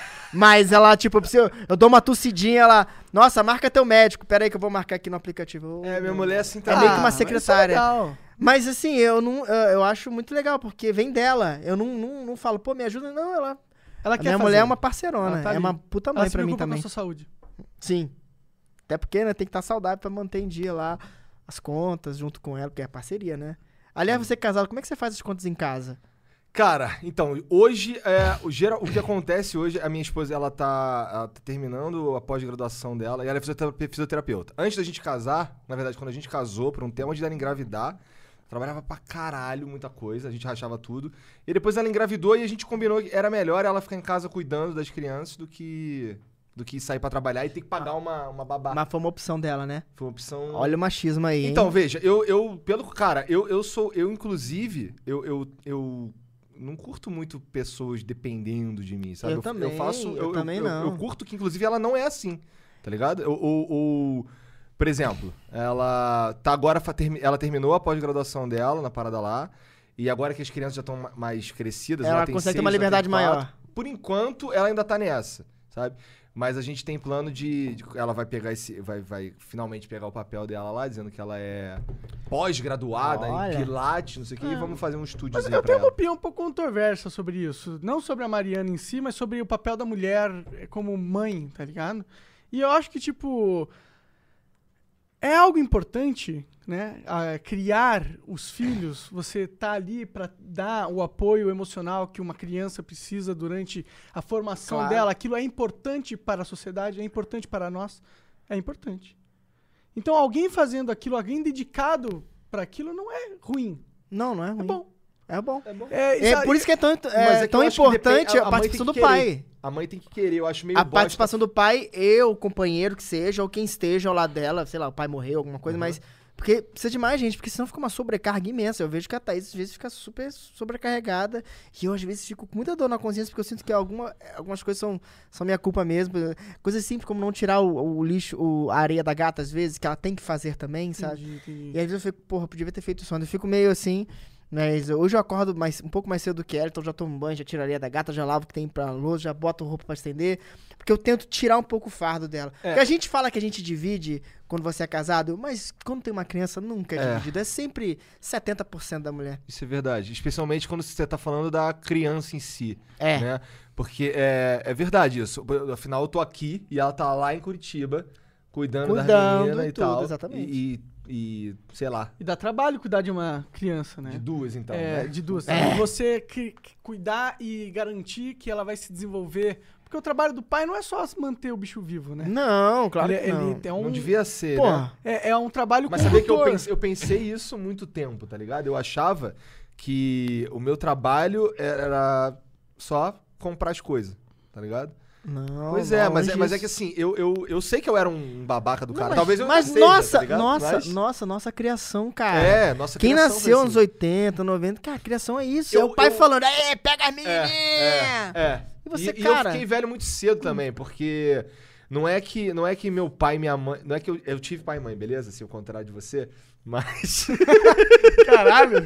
Mas ela, tipo, eu, preciso, eu dou uma tossidinha, ela. Nossa, marca teu médico. Pera aí que eu vou marcar aqui no aplicativo. É, minha mulher assim É tá. meio que uma mas isso é secretária. legal. Mas assim, eu não. Eu, eu acho muito legal, porque vem dela. Eu não, não, não falo, pô, me ajuda. Não, ela. Ela A quer minha fazer. mulher é uma parceirona. Ela tá é ali. uma puta Ela mãe se pra mim preocupa também. com a sua saúde. Sim. Até porque, né, tem que estar saudável pra manter em dia lá as contas junto com ela, porque é parceria, né? Aliás, você é casado, como é que você faz as contas em casa? Cara, então, hoje, é, o, geral, o que acontece hoje, a minha esposa, ela tá, ela tá terminando a pós-graduação dela e ela é fisiotera- fisioterapeuta. Antes da gente casar, na verdade, quando a gente casou, por um tempo, antes dela engravidar, trabalhava pra caralho, muita coisa, a gente rachava tudo. E depois ela engravidou e a gente combinou que era melhor ela ficar em casa cuidando das crianças do que, do que sair pra trabalhar e ter que pagar uma, uma babá. Mas foi uma opção dela, né? Foi uma opção... Olha o machismo aí, hein? Então, veja, eu, eu pelo cara, eu, eu sou, eu inclusive, eu, eu, eu não curto muito pessoas dependendo de mim, sabe? Eu também, faço, eu também eu, não. Eu, curto que, inclusive, ela não é assim, tá ligado? Ou, ou- ou, por exemplo, ela tá agora, fa- termi- ela terminou a pós-graduação dela na parada lá, e agora que as crianças já estão mais crescidas, Ela ela tem consegue ter seis, uma já tem liberdade quatro. maior. Por enquanto, ela ainda tá nessa, sabe? Mas a gente tem plano de, de- ela vai pegar esse, vai, vai finalmente pegar o papel dela lá, dizendo que ela é pós-graduada Olha. em Pilates, não sei o que, e vamos fazer um Mas estúdiozinho eu pra tenho uma ela. opinião um pouco controversa sobre isso. Não sobre a Mariana em si, mas sobre o papel da mulher como mãe, tá ligado? E eu acho que, tipo. É algo importante, né? a criar os filhos, você tá ali pra dar o apoio emocional que uma criança precisa durante a formação Claro. dela. Aquilo é importante para a sociedade, é importante para nós, é importante. Então, alguém fazendo aquilo, alguém dedicado para aquilo, não é ruim. Não, não é É ruim. bom. É bom. É bom. É, É isso- por isso que é tão, é, Mas é que tão eu acho que importante depende- a, mãe participação tem do que pai. querer. A mãe tem que querer, eu acho meio A bosta. participação do pai, eu, o companheiro que seja, ou quem esteja ao lado dela, sei lá, o pai morreu, alguma coisa, Uhum. mas. Porque precisa de mais gente, porque senão fica uma sobrecarga imensa. Eu vejo que a Thaís às vezes fica super sobrecarregada. E eu às vezes fico com muita dor na consciência, porque eu sinto que alguma, algumas coisas são, são minha culpa mesmo. Coisas simples como não tirar o, o lixo, o, a areia da gata, às vezes, que ela tem que fazer também, sabe? Entendi, entendi. E às vezes eu fico, porra, podia ter feito isso antes. Eu fico meio assim, mas hoje eu acordo mais, um pouco mais cedo do que ela, então já tomo banho, já tiro a areia da gata, já lavo o que tem pra louça, já boto roupa pra estender. Porque eu tento tirar um pouco o fardo dela. É. Porque a gente fala que a gente divide quando você é casado, mas quando tem uma criança nunca é, É. dividido. É sempre setenta por cento da mulher. Isso é verdade. Especialmente quando você tá falando da criança em si. É. Né? Porque é, é verdade isso. Afinal, eu tô aqui e ela tá lá em Curitiba, cuidando, das Cuidando meninas e e tudo, tal. exatamente. E, e, e, sei lá, E dá trabalho cuidar de uma criança, né? de duas então. é, né? de duas. É. E você que- que cuidar e garantir que ela vai se desenvolver. Porque o trabalho do pai não é só manter o bicho vivo, né? Não, claro ele, que não. ele tem um, Não devia ser, Pô, né? é, é um trabalho Mas sabia que eu condutor. pensei, eu pensei isso há muito tempo, tá ligado? Eu achava que o meu trabalho era só comprar as coisas, tá ligado? não. Pois é, mas é, longe mas é que disso. assim, eu, eu, eu sei que eu era um babaca do Não, cara. mas- Talvez eu Mas ainda seja, nossa, tá ligado? nossa, Mas- nossa, nossa criação, cara. É, nossa Quem criação nasceu foi nos assim. oitenta, noventa, cara, criação é isso. Eu- é o pai eu- falando, é, pega as menininhas. É, é. E você, e, cara? eu fiquei velho muito cedo também, porque não é que, não é que meu pai e minha mãe... Não é que eu, eu tive pai e mãe, beleza? Assim, ao contrário de você. Mas... Caralho.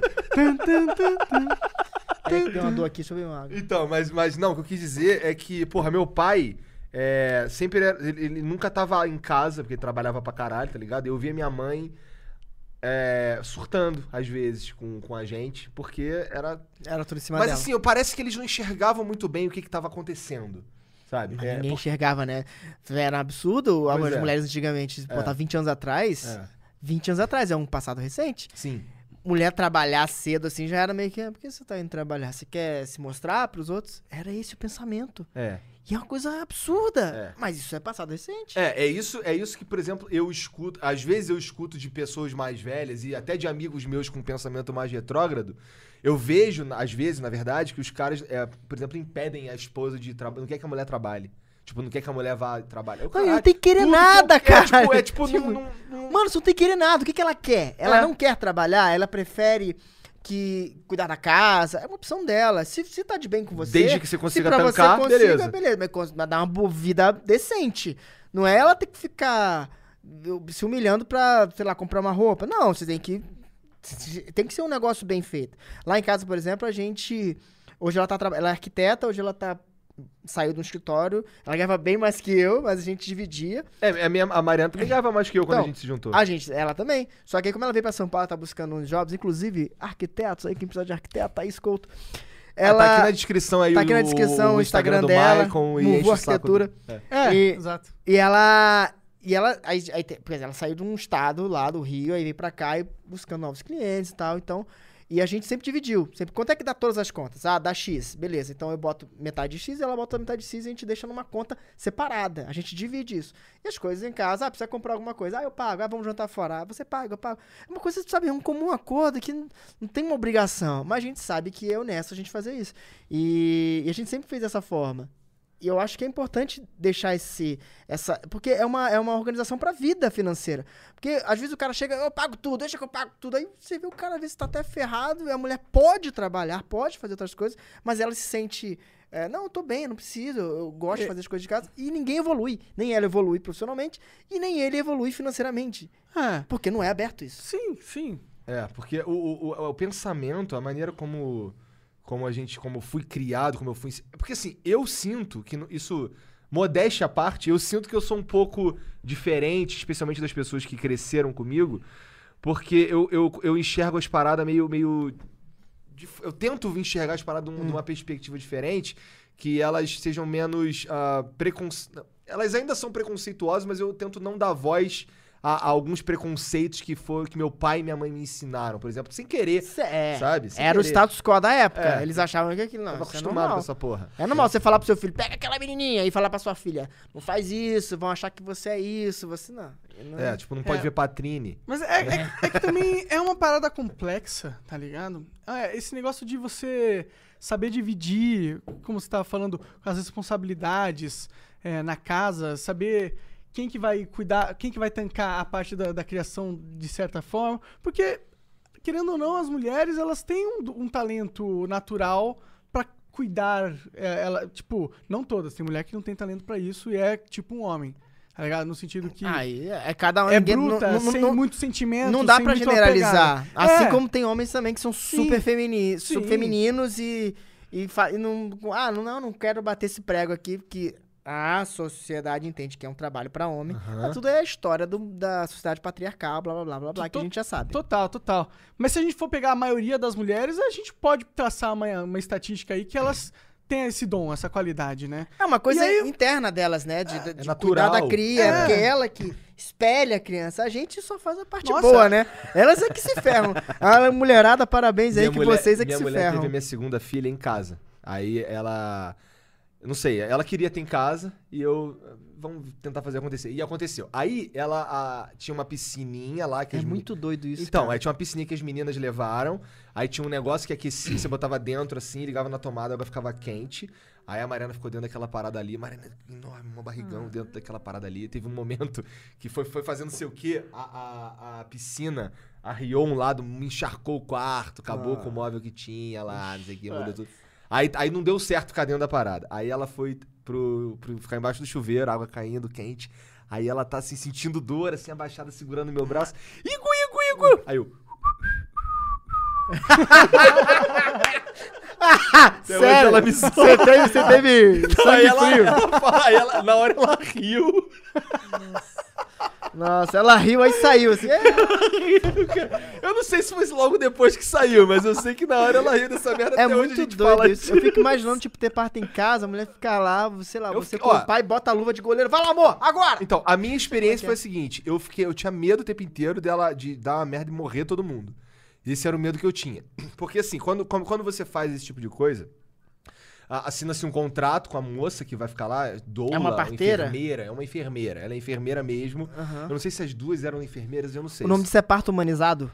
É que deu uma dor aqui, deixa eu ver uma água. Então, mas, mas não, o que eu quis dizer é que, porra, meu pai... é, sempre era, ele, ele nunca tava em casa, porque ele trabalhava pra caralho, tá ligado? Eu via minha mãe é, surtando, às vezes, com, com a gente, porque era... Era tudo em cima Mas dela. assim, eu- parece que eles não enxergavam muito bem o que que tava acontecendo, sabe? Mas É, ninguém por- enxergava, né? Era um absurdo Pois as é. mulheres antigamente, É. botar vinte anos atrás. É. vinte anos atrás, é um passado recente. Sim. Mulher trabalhar cedo assim já era meio que. "Ah, por que você tá indo trabalhar? Você quer se mostrar pros outros?" Era esse o pensamento. É. E é uma coisa absurda. É. Mas isso é passado recente. É, é isso, é isso que, por exemplo, eu escuto. Às vezes eu escuto de pessoas mais velhas e até de amigos meus com pensamento mais retrógrado. Eu vejo, às vezes, na verdade, que os caras, é, por exemplo, impedem a esposa de trabalhar. Não quer que a mulher trabalhe. Tipo, não quer que a mulher vá trabalhar. Eu, Não, caralho, não tem que querer tudo nada, que eu- cara. É tipo, é, tipo, Tipo, não- não- não- Mano, você não tem que querer nada. O que, que ela quer? Ela É. não quer trabalhar, ela prefere que cuidar da casa. É uma opção dela. Se, se tá de bem com você. Desde que você se consiga pra tancar, você consiga, beleza. beleza. Mas cons- mas dar uma boa vida decente. Não é ela ter que ficar se humilhando pra, sei lá, comprar uma roupa. Não, você tem que. Tem que ser um negócio bem feito. Lá em casa, por exemplo, a gente. Hoje ela tá traba- ela é arquiteta, hoje ela tá. Saiu do escritório. Ela ganhava bem mais que eu, mas a gente dividia. É, a, minha, a Mariana também ganhava mais que eu quando Então, a gente se juntou. A gente, ela também. Só que aí, como ela veio pra São Paulo, ela tá buscando uns jobs, inclusive arquitetos aí, quem precisa de arquiteto, Thaís Couto. Ela Ah, tá aqui na descrição aí tá aqui na o- descrição o Instagram do dela, Maicon e Muvu enche o saco Arquitetura. do- É. É, E- exato. E ela. E ela. Aí, aí, tem- por exemplo, ela saiu de um estado lá do Rio, aí veio pra cá e buscando novos clientes e tal. Então. E a gente sempre dividiu. Sempre, quanto é que dá todas as contas? Ah, dá X. Beleza. Então eu boto metade de X e ela bota metade de X e a gente deixa numa conta separada. A gente divide isso. E as coisas em casa, ah, precisa comprar alguma coisa. Ah, eu pago. Ah, vamos jantar fora. Ah, você paga, eu pago. É uma coisa, sabe, é um comum acordo que não, não tem uma obrigação. Mas a gente sabe que é honesto a gente fazer isso. E, e a gente sempre fez dessa forma. E eu acho que é importante deixar esse... Essa, porque é uma, é uma organização pra vida financeira. Porque às vezes o cara chega, eu pago tudo, deixa que eu pago tudo. Aí você vê o cara, às vezes, tá até ferrado. E a mulher pode trabalhar, pode fazer outras coisas. Mas ela se sente... é, não, eu tô bem, eu não preciso. Eu gosto de fazer as coisas de casa. E ninguém evolui. Nem ela evolui profissionalmente. E nem ele evolui financeiramente. É. Porque não é aberto isso. Sim, sim. É, porque o, o, o, o pensamento, a maneira como, como a gente, como eu fui criado, como eu fui... Porque assim, eu sinto que no- isso, modéstia à parte, eu sinto que eu sou um pouco diferente, especialmente das pessoas que cresceram comigo, porque eu, eu, eu enxergo as paradas meio... meio dif- eu tento enxergar as paradas de um- de uma perspectiva diferente, que elas sejam menos uh, preconce... Elas ainda são preconceituosas, mas eu tento não dar voz a, a alguns preconceitos que foram que meu pai e minha mãe me ensinaram, por exemplo, sem querer, Isso é. sabe? Sem Era o querer. status quo da época. É. Eles achavam que aquilo não. Tava Isso é acostumado normal. com essa porra. É normal você falar pro seu filho, pega aquela menininha, e falar pra sua filha, não faz isso, vão achar que você é isso, você não. não É, tipo, não pode É. ver Patrine. Mas é, é- é que também é uma parada complexa, tá ligado? É, esse negócio de você saber dividir, como você tava falando, as responsabilidades é, na casa, saber quem que vai cuidar, quem que vai tancar a parte da, da criação de certa forma, porque, querendo ou não, as mulheres, elas têm um, um talento natural pra cuidar, é, ela, tipo, não todas, tem mulher que não tem talento pra isso e é tipo um homem, tá ligado? No sentido que... Aí é cada um. É ninguém- bruta, não, não, sem não, muito sentimento. não dá sem pra muito generalizar. apegado. Assim É, como tem homens também que são Sim. super, femini Sim. super femininos e, e, fa- e não. Ah, não, não, não quero bater esse prego aqui, porque a sociedade entende que é um trabalho pra homem. Aham. Mas tudo é a história do- da sociedade patriarcal, blá blá blá blá blá, que a To- gente já sabe. Total, total. Mas se a gente for pegar a maioria das mulheres, a gente pode traçar uma, uma estatística aí que elas têm esse dom, essa qualidade, né? É uma coisa E aí- interna delas, né? De, de- de natural. cuidar da cria, É. porque ela que espelha a criança. A gente só faz a parte Nossa. boa, né? Elas é que se ferram. A mulherada, parabéns aí, Minha que mulher- vocês é que minha se mulher ferram. teve a minha segunda filha em casa. Aí ela... Eu não sei, ela queria ter em casa e eu... Vamos tentar fazer acontecer. E aconteceu. Aí ela a- tinha uma piscininha lá que É as meni- muito doido isso, Então, cara. aí tinha uma piscininha que as meninas levaram. Aí tinha um negócio que aquecia, você botava dentro assim, ligava na tomada, a água ficava quente. Aí a Mariana ficou dentro daquela parada ali. Mariana, enorme, um barrigão dentro daquela parada ali. Teve um momento que foi, foi fazendo não sei o quê. A, a, a piscina arriou um lado, me encharcou o quarto, acabou Ah. com o móvel que tinha lá, não sei o que, mudou tudo. Aí, aí não deu certo ficar dentro da parada. Aí ela foi pro, pro ficar embaixo do chuveiro, água caindo, quente. Aí ela tá assim, sentindo dor, assim, abaixada, segurando meu braço. Igu, igu, igu! Aí eu... Tá Até Sério? hoje ela me zoa. Você teve, você teve Então, sangue aí ela, frio? ela fala- aí ela- na hora ela riu. Nossa, ela riu, aí saiu assim. É. Eu não sei se foi logo depois que saiu, mas eu sei que na hora ela riu dessa merda. É até hoje a muito gente doido fala isso. Eu fico imaginando, tipo, ter parto em casa, a mulher ficar lá, sei lá, Eu você fico- com ó. o pai, bota a luva de goleiro, vai lá, amor, agora! Então, a minha experiência Como é foi a seguinte: eu fiquei, eu tinha medo o tempo inteiro dela de dar uma merda e morrer todo mundo. Esse era o medo que eu tinha. Porque assim, quando, quando quando você faz esse tipo de coisa, a- assina-se um contrato com a moça que vai ficar lá, doula, É uma parteira? enfermeira, é uma enfermeira. Ela é enfermeira mesmo. Aham. Eu não sei se as duas eram enfermeiras, eu não sei. O nome disso é parto humanizado?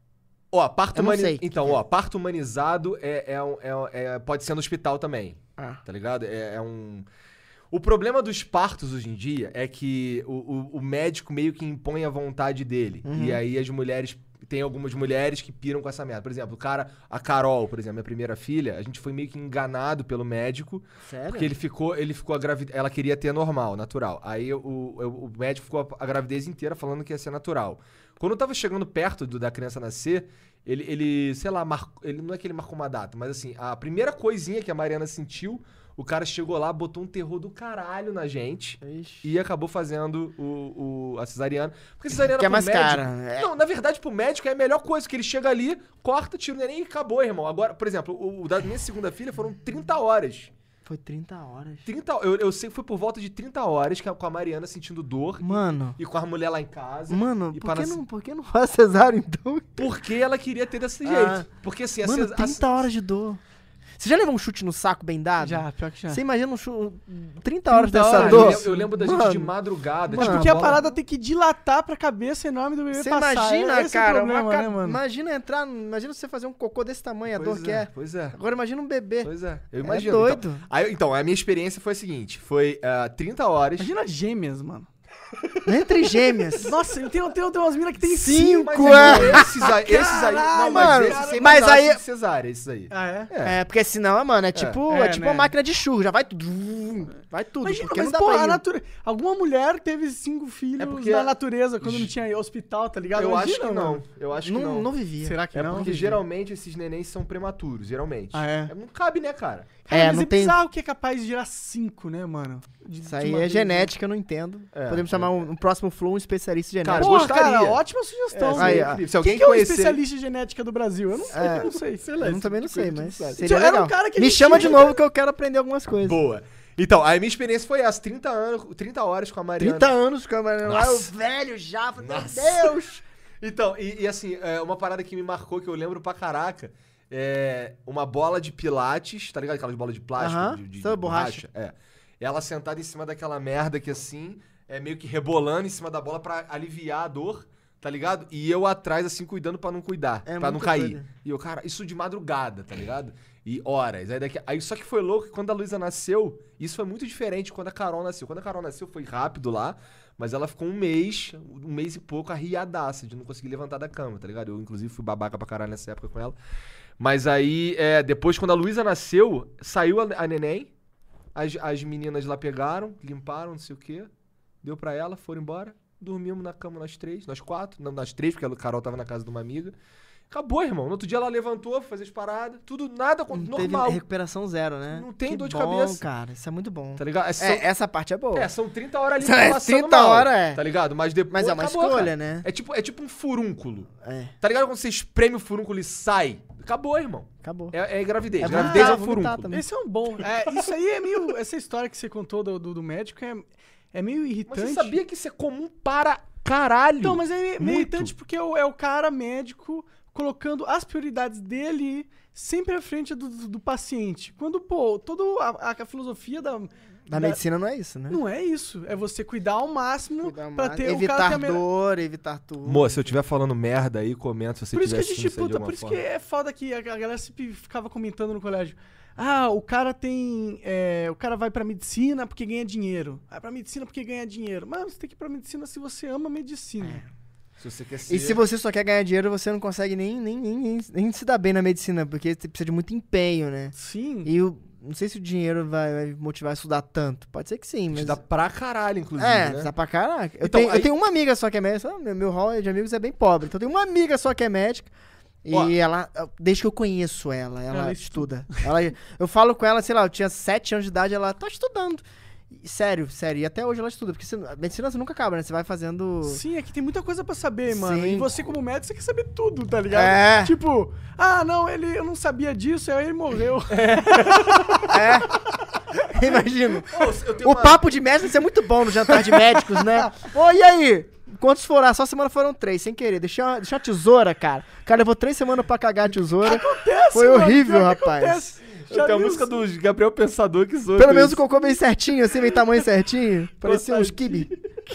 Ó, parto Eu não humani- sei o que Então, que é. ó, parto humanizado é, é, um- é- é- pode ser no hospital também. Ah. Tá ligado? É, é um. O problema dos partos hoje em dia é que o, o, o médico meio que impõe a vontade dele. Uhum. E aí as mulheres. Tem algumas mulheres que piram com essa merda. Por exemplo, o cara, a Carol, por exemplo, minha primeira filha, a gente foi meio que enganado pelo médico. Sério? Porque ele ficou, ele ficou a gravidez. Ela queria ter normal, natural. Aí o, o, o médico ficou a, a gravidez inteira falando que ia ser natural. Quando eu tava chegando perto do- da criança nascer, ele, ele sei lá, marcou, ele não é que ele marcou uma data, mas assim, a primeira coisinha que a Mariana sentiu, o cara chegou lá, botou um terror do caralho na gente. Ixi. E acabou fazendo o, o- a cesariana. Porque a cesariana Que é pro mais médico... cara. É. Não, na verdade, pro médico é a melhor coisa, que ele chega ali, corta, tira o neném e acabou, irmão. Agora, por exemplo, o, o da minha segunda filha foram trinta horas. Foi trinta horas. trinta, eu, eu sei que foi por volta de trinta horas que a- com a Mariana sentindo dor Mano. e com a mulher lá em casa. Mano, e por para que, nas- não, por que não faz cesárea então? Porque ela queria ter desse Ah. jeito. Porque assim, a Mano, ces- a- trinta horas de dor. Você já levou um chute no saco bem dado? Já, pior que já. Você imagina um chute. trinta horas trinta dessa horas, dor? eu, lembro- eu lembro da gente Mano, de madrugada. Mano, tipo, Porque a bola- parada tem que dilatar pra cabeça enorme do bebê Você passar. imagina, Esse é o cara, problema, uma ca- né, mano? imagina entrar. Imagina você fazer um cocô desse tamanho, a Pois dor que é. Pois é. Agora imagina um bebê. Pois é. Eu É imagino. doido. Então, aí, então, a minha experiência foi a seguinte: foi ah, trinta horas. Imagina gêmeas, mano. Entre gêmeas. Nossa, tem, tem, tem umas minas que tem Cinco, cinco. Mas é. esses aí, esses aí, não, mas mano, esses sem mas mais aí- de cesárea, esses aí. Ah, é? É. É, porque senão, mano, é tipo, é, É, tipo né? uma máquina de churro, já vai tudo. Vai tudo, Imagina, porque mas, não dá pô, pra a ir. nature... alguma mulher teve cinco filhos É porque- na natureza quando não tinha hospital, tá ligado? Eu acho Imagina, que não. mano. Eu acho que Não, não. não vivia. Será que É não? porque geralmente esses nenéns são prematuros, geralmente. Ah, é? Não cabe, né, cara? Cara, É, mas não é tem- bizarro que é capaz de gerar cinco, né, mano? De- Isso de aí uma é vez, genética, eu não entendo. É, Podemos é. chamar um, um próximo flow um especialista em Cara, genética. Porra, gostaria. cara, ótima sugestão. É, né? Aí, seria ó. incrível. Se Quem alguém que é o conhecer... especialista em genética do Brasil? Eu não sei, É. eu não sei. Eu não, também não sei, mas seria Era um legal. cara que a Me gente chama tinha- de novo que eu quero aprender algumas coisas. Boa. Então, a minha experiência foi essa, trinta anos, trinta horas com a Mariana. trinta anos, câmera. Lá, eu Nossa. velho já, meu Nossa. Deus. Então, e, e assim, é, uma parada que me marcou, que eu lembro pra caraca, é uma bola de pilates, tá ligado? Aquelas bolas de plástico, Aham, de, de, sabe, de borracha. É. Ela sentada em cima daquela merda que assim, é meio que rebolando em cima da bola pra aliviar a dor, tá ligado? E eu atrás, assim, cuidando pra não cuidar, É pra não muito cair. doido. E eu, cara, isso de madrugada, tá ligado? E horas. Aí, daqui, aí só que foi louco que quando a Luísa nasceu, isso foi muito diferente quando a Carol nasceu. Quando a Carol nasceu foi rápido lá, mas ela ficou um mês, um mês e pouco arriadaça, de não conseguir levantar da cama, tá ligado? Eu, inclusive, fui babaca pra caralho nessa época com ela. Mas aí, é, depois, quando a Luísa nasceu, saiu a, a neném, as, as meninas lá pegaram, limparam, não sei o quê, deu pra ela, foram embora, dormimos na cama nós três, nós quatro, não, nós três, porque a Carol tava na casa de uma amiga. Acabou, irmão. No outro dia ela levantou, foi fazer as paradas, tudo, nada, Não normal. teve recuperação zero, né? Não tem Que dor de bom, cabeça. cara. Isso é muito bom. Tá ligado? É, são, É, essa parte é boa. é, são trinta horas ali São- é, passando trinta mal, horas, é. Tá ligado? Mas depois Mas é uma acabou, escolha, cara. né? É tipo, é tipo um furúnculo. É, Tá ligado quando você espreme o furúnculo e sai? Acabou, irmão. acabou. É, é gravidez. É gravidez é vomitar, o vomitar furúnculo. também. Esse é um bom. É, isso aí é meio. Essa história que você contou do, do, do médico é, é meio Mas irritante. você sabia que isso é comum para caralho? Então, mas é meio, meio Muito. irritante porque é o, é o cara médico colocando as prioridades dele sempre à frente do, do, do paciente. Quando, pô, toda a, a filosofia da. Na medicina não é isso, né? Não é isso. É você cuidar ao máximo Cuidar pra mais, ter o cara evitar ter a melhor... dor, evitar tudo. Moça, se eu estiver falando merda aí, comenta se você Por isso que estiver a gente, assistindo isso aí de puta, alguma por isso forma. que é foda que a, a galera sempre ficava comentando no colégio. Ah, o cara tem. é, o cara vai pra medicina porque ganha dinheiro. Vai pra medicina porque ganha dinheiro. Mano, você tem que ir pra medicina se você ama medicina. Se você quer ser... E se você só quer ganhar dinheiro, você não consegue nem, nem, nem, nem, nem se dar bem na medicina, porque você precisa de muito empenho, né? Sim. E eu não sei se o dinheiro vai, vai motivar a estudar tanto. Pode ser que sim, Te mas... dá pra caralho, inclusive, É, né? dá pra caraca. Eu, Então, tenho, aí- eu tenho uma amiga só que é médica. Meu, meu hall de amigos é bem pobre. Então eu tenho uma amiga só que é médica. E Ó. ela, desde que eu conheço ela, ela, Ela estuda. Ela, eu falo com ela, sei lá, eu tinha sete anos de idade, ela tá estudando. E, sério, sério. E até hoje ela estuda, porque você, a medicina você nunca acaba, né? Você vai fazendo... Sim, é que tem muita coisa pra saber, mano. Sim. E você, como médico, você quer saber tudo, tá ligado? É. Tipo, ah, não, ele, eu não sabia disso, aí ele morreu. É. Imagino. Ô, eu tenho O uma- papo de médico deve ser muito bom no jantar de médicos, né? Ô, e aí? Quantos foram? Ah, só semana foram três, sem querer. Deixei uma, deixei uma tesoura, cara. O cara levou três semanas pra cagar a tesoura. Acontece, Foi mano, horrível, pior que rapaz. acontece. Eu Já tenho a vi música os- do Gabriel Pensador que zoa. Pelo com menos o isso. cocô bem certinho, assim, meio tamanho certinho. Parecia uns kibe.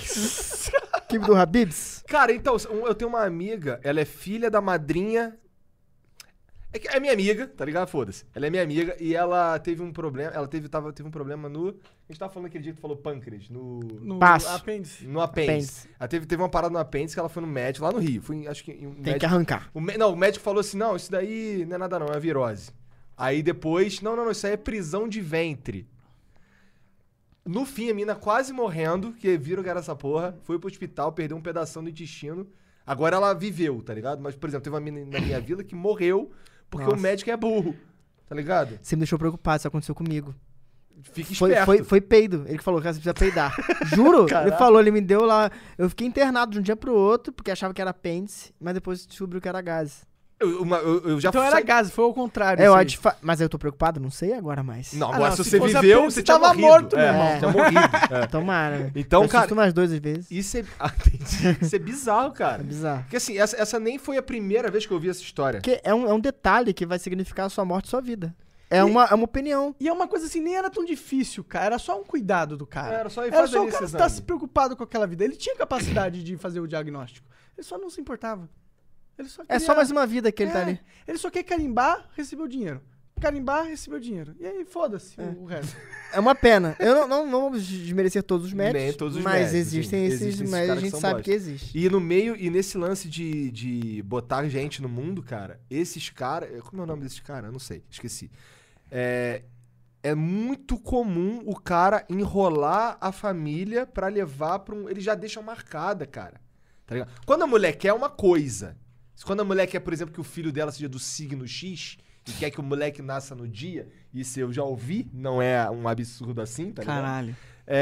Kibe do Habibs. Cara, então, um- eu tenho uma amiga, ela é filha da madrinha. É, que é minha amiga, tá ligado? Foda-se. Ela é minha amiga e ela teve um problema. Ela teve, tava, teve um problema no. A gente tava falando aquele dia que tu falou pâncreas, no. No Passo. apêndice. No apêndice. Apêndice. Ela teve, teve uma parada no apêndice que ela foi no médico lá no Rio. Foi, em- acho que em um Tem médico, que arrancar. o mé- Não, o médico falou assim: não, isso daí não é nada, não, é virose. Aí depois, não, não, não, isso aí é prisão de ventre. No fim, a mina quase morrendo, que viram que era essa porra, foi pro hospital, perdeu um pedação do intestino. Agora ela viveu, tá ligado? Mas, por exemplo, teve uma mina na minha vila que morreu porque Nossa. o médico é burro, tá ligado? Você me deixou preocupado, isso aconteceu comigo. Fica Foi, esperto. foi, foi peido. Ele que falou que você precisa peidar. Juro? Caraca. Ele falou, ele me deu lá. Eu fiquei internado de um dia pro outro, porque achava que era apêndice, mas depois descobriu que era gases. Eu, uma- eu- eu já Então era saí- gás, foi ao contrário. É, eu isso aí. acho fa- mas eu tô preocupado? Não sei agora mais. Não, Ah, agora não, se se você fosse viveu, apêndice, você tinha tava morrido. morto, é, meu irmão. tinha morrido. É. Tomara. né? Então, eu cara- assisto umas duas vezes. Isso é. Ah, entendi. Isso é bizarro, É cara. bizarro. Porque assim, essa, essa nem foi a primeira vez que eu ouvi essa história. Porque é um, é um detalhe que vai significar a sua morte e sua vida. É, uma, é uma opinião. E é uma coisa assim, nem era tão difícil, cara. Era só um cuidado do cara. Era só ir Era fazer só o esse cara exame. estar se preocupado com aquela vida. Ele tinha capacidade de fazer o diagnóstico. Ele só não se importava. Ele só É queria- só mais uma vida que ele tá É, ali. Ele só quer carimbar, recebeu dinheiro. Carimbar, recebeu dinheiro. E aí, foda-se o, o resto. É uma pena. Eu não, não, não vou desmerecer todos os médicos. Nem todos os mas médicos, existem sim. esses, Existem esses mas a caras que gente são sabe bosta. que existe. E no meio, e nesse lance de, de botar gente no mundo, cara, esses caras. Como é o nome desses caras? Eu não sei, esqueci. É, é muito comum o cara enrolar a família pra levar pra um. Eles já deixam marcada, cara. Tá ligado? Quando a mulher quer uma coisa. Quando a mulher quer, por exemplo, que o filho dela seja do signo X e quer que o moleque nasça no dia, isso eu já ouvi, não é um absurdo assim, tá ligado? Caralho.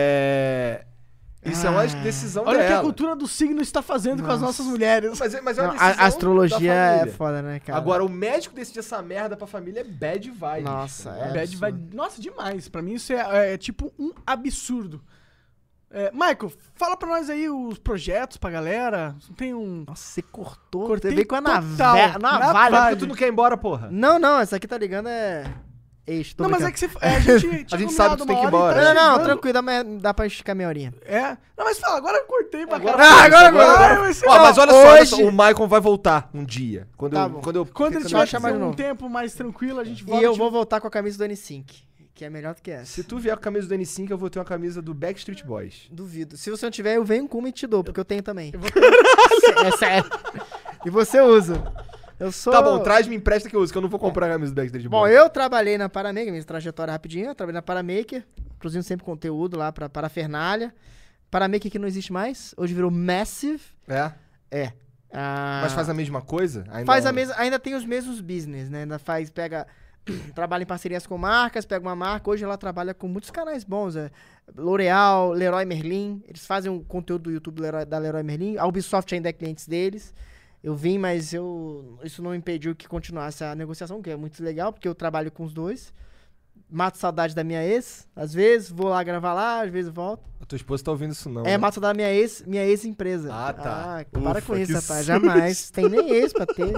É. Isso é uma Ah. decisão Olha o que a dela. cultura do signo está fazendo com as Nossa. nossas mulheres. Mas, é- mas é Não, uma a, decisão a astrologia da é família. foda, né, cara? Agora, o médico decidir essa merda pra família é bad vibes. Nossa, tá é. ligado? Bad vai. absurdo. Nossa, demais. Pra mim isso é, é tipo um absurdo. É, Michael, fala pra nós aí os projetos pra galera. Não tem um. Nossa, você cortou. Cortei você veio com a total. navalha. Na navalha. vibe. Porque tu não quer ir embora, porra. Não, não, essa aqui tá ligando é. Eixo, tô Não, mas é brincando. que você. É, a gente, tinha gente sabe que tu combinado tem que ir uma hora e embora. tá Não, não, chegando. tranquilo, dá, mais- dá pra esticar meia horinha. É. Não, mas fala, agora eu cortei pra Agora caralho. Ah, agora, agora, Ai, agora. vai ser- Ó, mas Não, olha só, olha só, hoje- o Michael vai voltar um dia. Quando Tá eu, bom. quando eu Quando ele fica- tiver vai chamar de um novo. tempo mais tranquilo, a gente E volta. eu de- vou voltar com a camisa do N cinco, que é melhor do que essa. Se tu vier com a camisa do N cinco, eu vou ter uma camisa do Backstreet Boys. Duvido. Se você não tiver, eu venho com uma e te dou, porque eu tenho também. Eu vou- É sério. E você usa. Eu sou... Tá bom, traz, me empresta que eu uso, que eu não vou comprar a camisa do Backstreet Bom, Boys. eu trabalhei na Paramaker, minha trajetória rapidinho, eu trabalhei na Paramaker, produzindo sempre conteúdo lá pra Parafernália. Paramaker que não existe mais, hoje virou Massive. É? É. Ah, Mas faz a mesma coisa? Ainda faz a não. mesma, ainda tem os mesmos business, né? Ainda faz, pega, trabalha em parcerias com marcas, pega uma marca, hoje ela trabalha com muitos canais bons, é, L'Oréal, Leroy Merlin, eles fazem um conteúdo do YouTube do Leroy- da Leroy Merlin, a Ubisoft ainda é cliente deles. Eu vim, mas eu isso não impediu que continuasse a negociação, que é muito legal, porque eu trabalho com os dois. Mato saudade da minha ex, às vezes, vou lá gravar lá, às vezes volto. A tua esposa tá ouvindo isso não, É, né? mato saudade da minha ex, minha ex-empresa. Ah, tá. Ah, para Ufa, com isso, que rapaz, susto. jamais. Tem nem ex pra ter.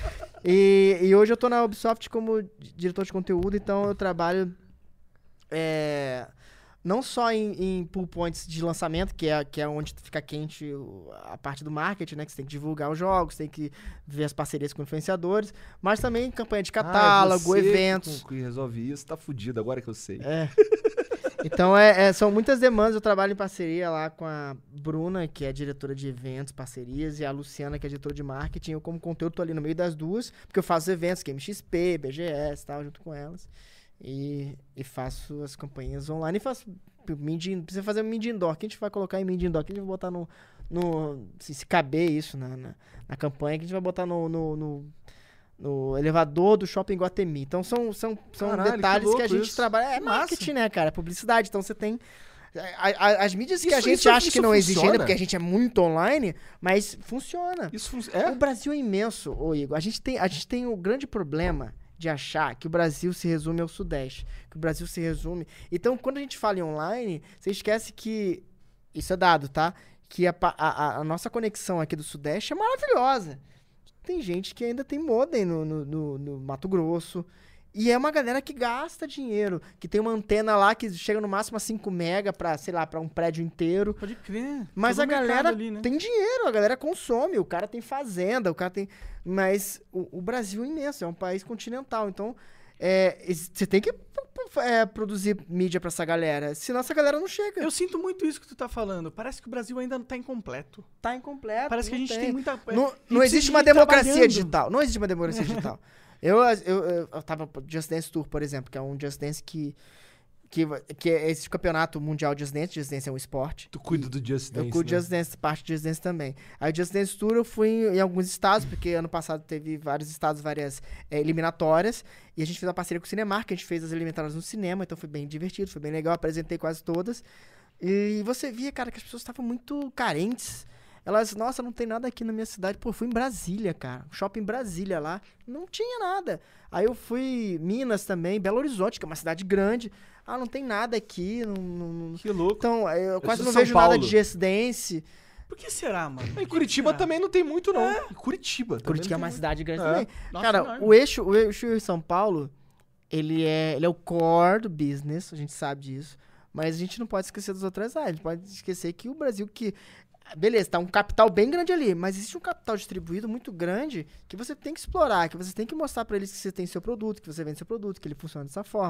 E, e hoje eu tô na Ubisoft como di- diretor de conteúdo, então eu trabalho é, não só em, em pull points de lançamento, que é, que é onde fica quente o- a parte do marketing, né? Que você tem que divulgar os jogos, tem que ver as parcerias com influenciadores, mas também em campanha de Ah, é catálogo, você eventos. Que, que resolve isso, tá fudido, agora que eu sei. É. Então, é, é, são muitas demandas. Eu trabalho em parceria lá com a Bruna, que é diretora de eventos, parcerias, e a Luciana, que é diretora de marketing. Eu, como conteúdo, tô ali no meio das duas, porque eu faço eventos, Game X P, B G S e tal, junto com elas. E, e faço as campanhas online. E faço Mind, precisa fazer um Mind Indoor. Que a gente vai colocar em Mind Indoor? Que a gente vai botar no... no se, se caber isso na, na, na campanha, que a gente vai botar no... no, no no elevador do Shopping Guatemi. Então são, são, são Caralho, detalhes que que, a louco gente isso. trabalha. É Massa. marketing, né, cara? É publicidade. Então você tem... a- a- as mídias que a Isso- gente isso- acha que isso não existe ainda, funciona? porque a gente é muito online, mas funciona. Isso fun- O é? Brasil é imenso, ô Igor. A gente tem, a gente tem o grande problema de achar que o Brasil se resume ao Sudeste. Que o Brasil se resume... Então, quando a gente fala em online, você esquece que... Isso é dado, tá? Que a, pa- a, a- a nossa conexão aqui do Sudeste é maravilhosa. Tem gente que ainda tem modem no, no, no- no Mato Grosso. E é uma galera que gasta dinheiro. Que tem uma antena lá que chega no máximo a cinco mega pra, sei lá, pra um prédio inteiro. Pode crer. Mas Todo a o mercado galera ali, né? tem dinheiro, a galera consome, o cara tem fazenda, o cara tem... Mas o, o Brasil é imenso, é um país continental, então é, es- você tem que é, produzir mídia pra essa galera, senão essa galera não chega. Eu sinto muito isso que tu tá falando. Parece que o Brasil ainda não tá incompleto. Tá incompleto. Parece que a não gente tem, muita... Não, a não gente precisa existe uma ir democracia trabalhando. digital, não existe uma democracia digital. Eu, eu, eu, eu tava pro Just Dance Tour, por exemplo, que é um Just Dance que... Que, que é esse campeonato mundial de Just Dance, Just Dance é um esporte. Tu cuida do Just Dance, Eu cuido de né? Just Dance, parte de Just Dance também. Aí Just Dance Tour eu fui em, em alguns estados, porque ano passado teve vários estados, várias eh, eliminatórias, e a gente fez uma parceria com o Cinemark, a gente fez as eliminatórias no cinema, então foi bem divertido, foi bem legal, apresentei quase todas. E você via, cara, que as pessoas estavam muito carentes. Elas, nossa, não tem nada aqui na minha cidade. Pô, eu fui em Brasília, cara. Shopping Brasília lá. Não tinha nada. Aí eu fui em Minas também, Belo Horizonte, que é uma cidade grande. Ah, não tem nada aqui. Não, não- não- Que louco. Então, eu quase sou não São vejo nada Paulo. de Just Dance. Por que será, mano? Em Curitiba será? também não tem muito, não. Em Curitiba também Curitiba é não uma tem cidade grande É. também. Nossa, Cara, enorme. o eixo, o eixo em São Paulo, ele é, ele é o core do business, a gente sabe disso. Mas a gente não pode esquecer das outras áreas. A gente pode esquecer que o Brasil que... Beleza, tá um capital bem grande ali, mas existe um capital distribuído muito grande que você tem que explorar, que você tem que mostrar pra eles que você tem seu produto, que você vende seu produto, que ele funciona dessa forma.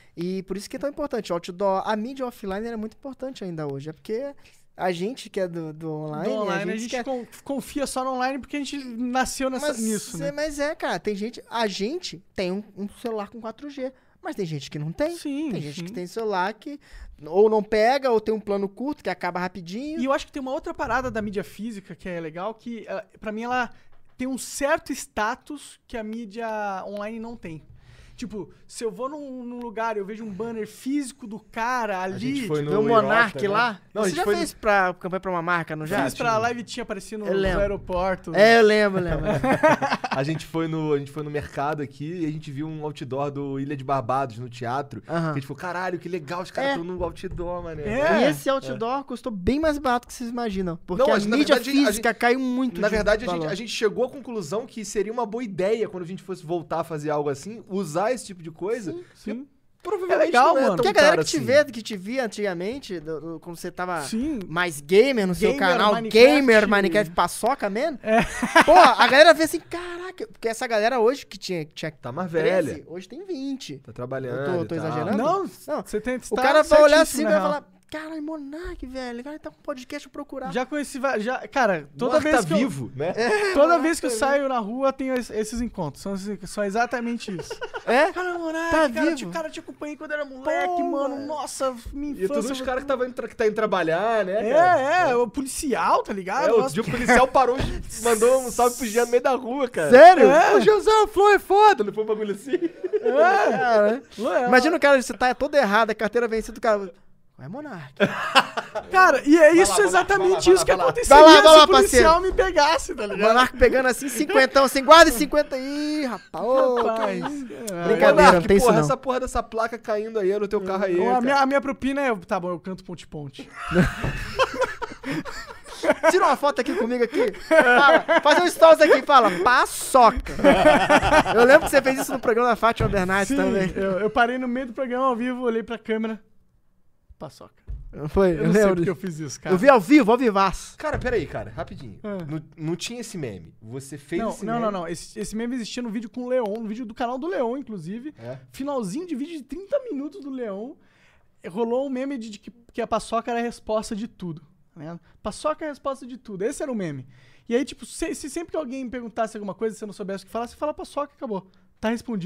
E por isso que é tão importante. O outdoor, a mídia offline é muito importante ainda hoje. É porque a gente que é do, do online, Do online, a gente, quer... con- confia só no online porque a gente nasceu nessa, mas, nisso, é, né? mas é, cara, tem gente... A gente tem um, um celular com quatro G, mas tem gente que não tem. Sim, Tem gente sim. que tem celular que ou não pega, ou tem um plano curto que acaba rapidinho. E eu acho que tem uma outra parada da mídia física que é legal, que ela- pra mim ela tem um certo status que a mídia online não tem. Tipo, se eu vou num, num lugar e eu vejo um banner físico do cara ali... A gente foi Vê no o Monark Iota, né? lá. Não, a Você gente já foi fez pra campanha pra uma marca, não já? Fiz pra live tinha aparecido no, Eu no lembro. aeroporto. É, eu lembro, lembro. A gente foi no, a gente foi no mercado aqui e a gente viu um outdoor do Ilha de Barbados no teatro. Aham. Que a gente falou, caralho, que legal, os caras É. estão no outdoor, mané. É. E esse outdoor custou bem mais barato que vocês imaginam. Porque Não, a mas na mídia verdade, a gente- física caiu muito Na de verdade, a gente, valor. a gente chegou à conclusão que seria uma boa ideia quando a gente fosse voltar a fazer algo assim, usar esse tipo de coisa. Sim. Provavelmente É legal, não é mano. tão Porque a galera caro que te assim. vê, que te via antigamente, do- do- quando você tava Sim. mais gamer no seu Gamer, canal, Minecraft. gamer, Minecraft, paçoca mesmo. É. Pô, a galera vê assim, caraca, porque essa galera hoje que tinha, que tinha Tá mais treze, velha. hoje tem vinte. Tá trabalhando. Eu tô- tô e tal. exagerando? Não, Não. você tem O cara vai olhar assim e vai falar. falar, caralho, Monark, velho, o cara tá com podcast pra procurar. Já conheci, va- já, cara, toda Monark vez tá que eu, vivo, né? toda vez que eu saio na rua tem es- esses encontros, são, esses- são exatamente isso. É? Cara, Monark, Tá cara, vivo? te, cara, te acompanhei quando era moleque, Pô, mano, velho. nossa, minha E todos infância... os caras que, tava indo tra- que tá indo trabalhar, né? cara? É, é, o policial, tá ligado? É, outro Nossa, dia o policial parou e mandou um salve pro Jean no meio da rua, cara. Sério? É. O Jeanzão, o Flow é foda, não foi um bagulho assim? Cara, é, imagina o cara, você tá todo errado, a carteira vencida, o cara... Vai, Monark. Cara, e é isso vai lá, exatamente vai lá, isso que vai lá. aconteceria Vai lá, vai se lá, o policial me pegasse, tá O ligado? Monark pegando assim, cinquentão, assim, guarda esse cinquenta aí, rapaz. Ô, Rapaz, que isso? é, Brincadeira, Monark, não tem isso porra, não. essa porra dessa placa caindo aí no teu carro aí, Ou a, cara. minha, a minha propina é... Tá bom, eu canto ponte-ponte. Tira uma foto aqui comigo aqui. Fala, faz um stories aqui, fala, paçoca. Eu lembro que você fez isso no programa da Fátima Bernardes Sim, também. eu, eu parei no meio do programa ao vivo, olhei pra câmera. Paçoca. Não foi? Eu Eu, não sei lembro. porque eu fiz isso, cara. Eu vi ao vivo, ao vivaço. Cara, peraí, cara, rapidinho. Ah. Não, não tinha esse meme. Você fez Não, esse não, meme. não, não. Esse, esse meme existia no vídeo com o Leon, no vídeo do canal do Leon, inclusive. É? Finalzinho de vídeo de trinta minutos do Leon. Rolou um meme de, de que, que a paçoca era a resposta de tudo. Tá ligado? Paçoca é a resposta de tudo. Esse era o meme. E aí, tipo, se, se sempre que alguém perguntasse alguma coisa e você não soubesse o que falar, você fala paçoca e acabou. Tá respondido.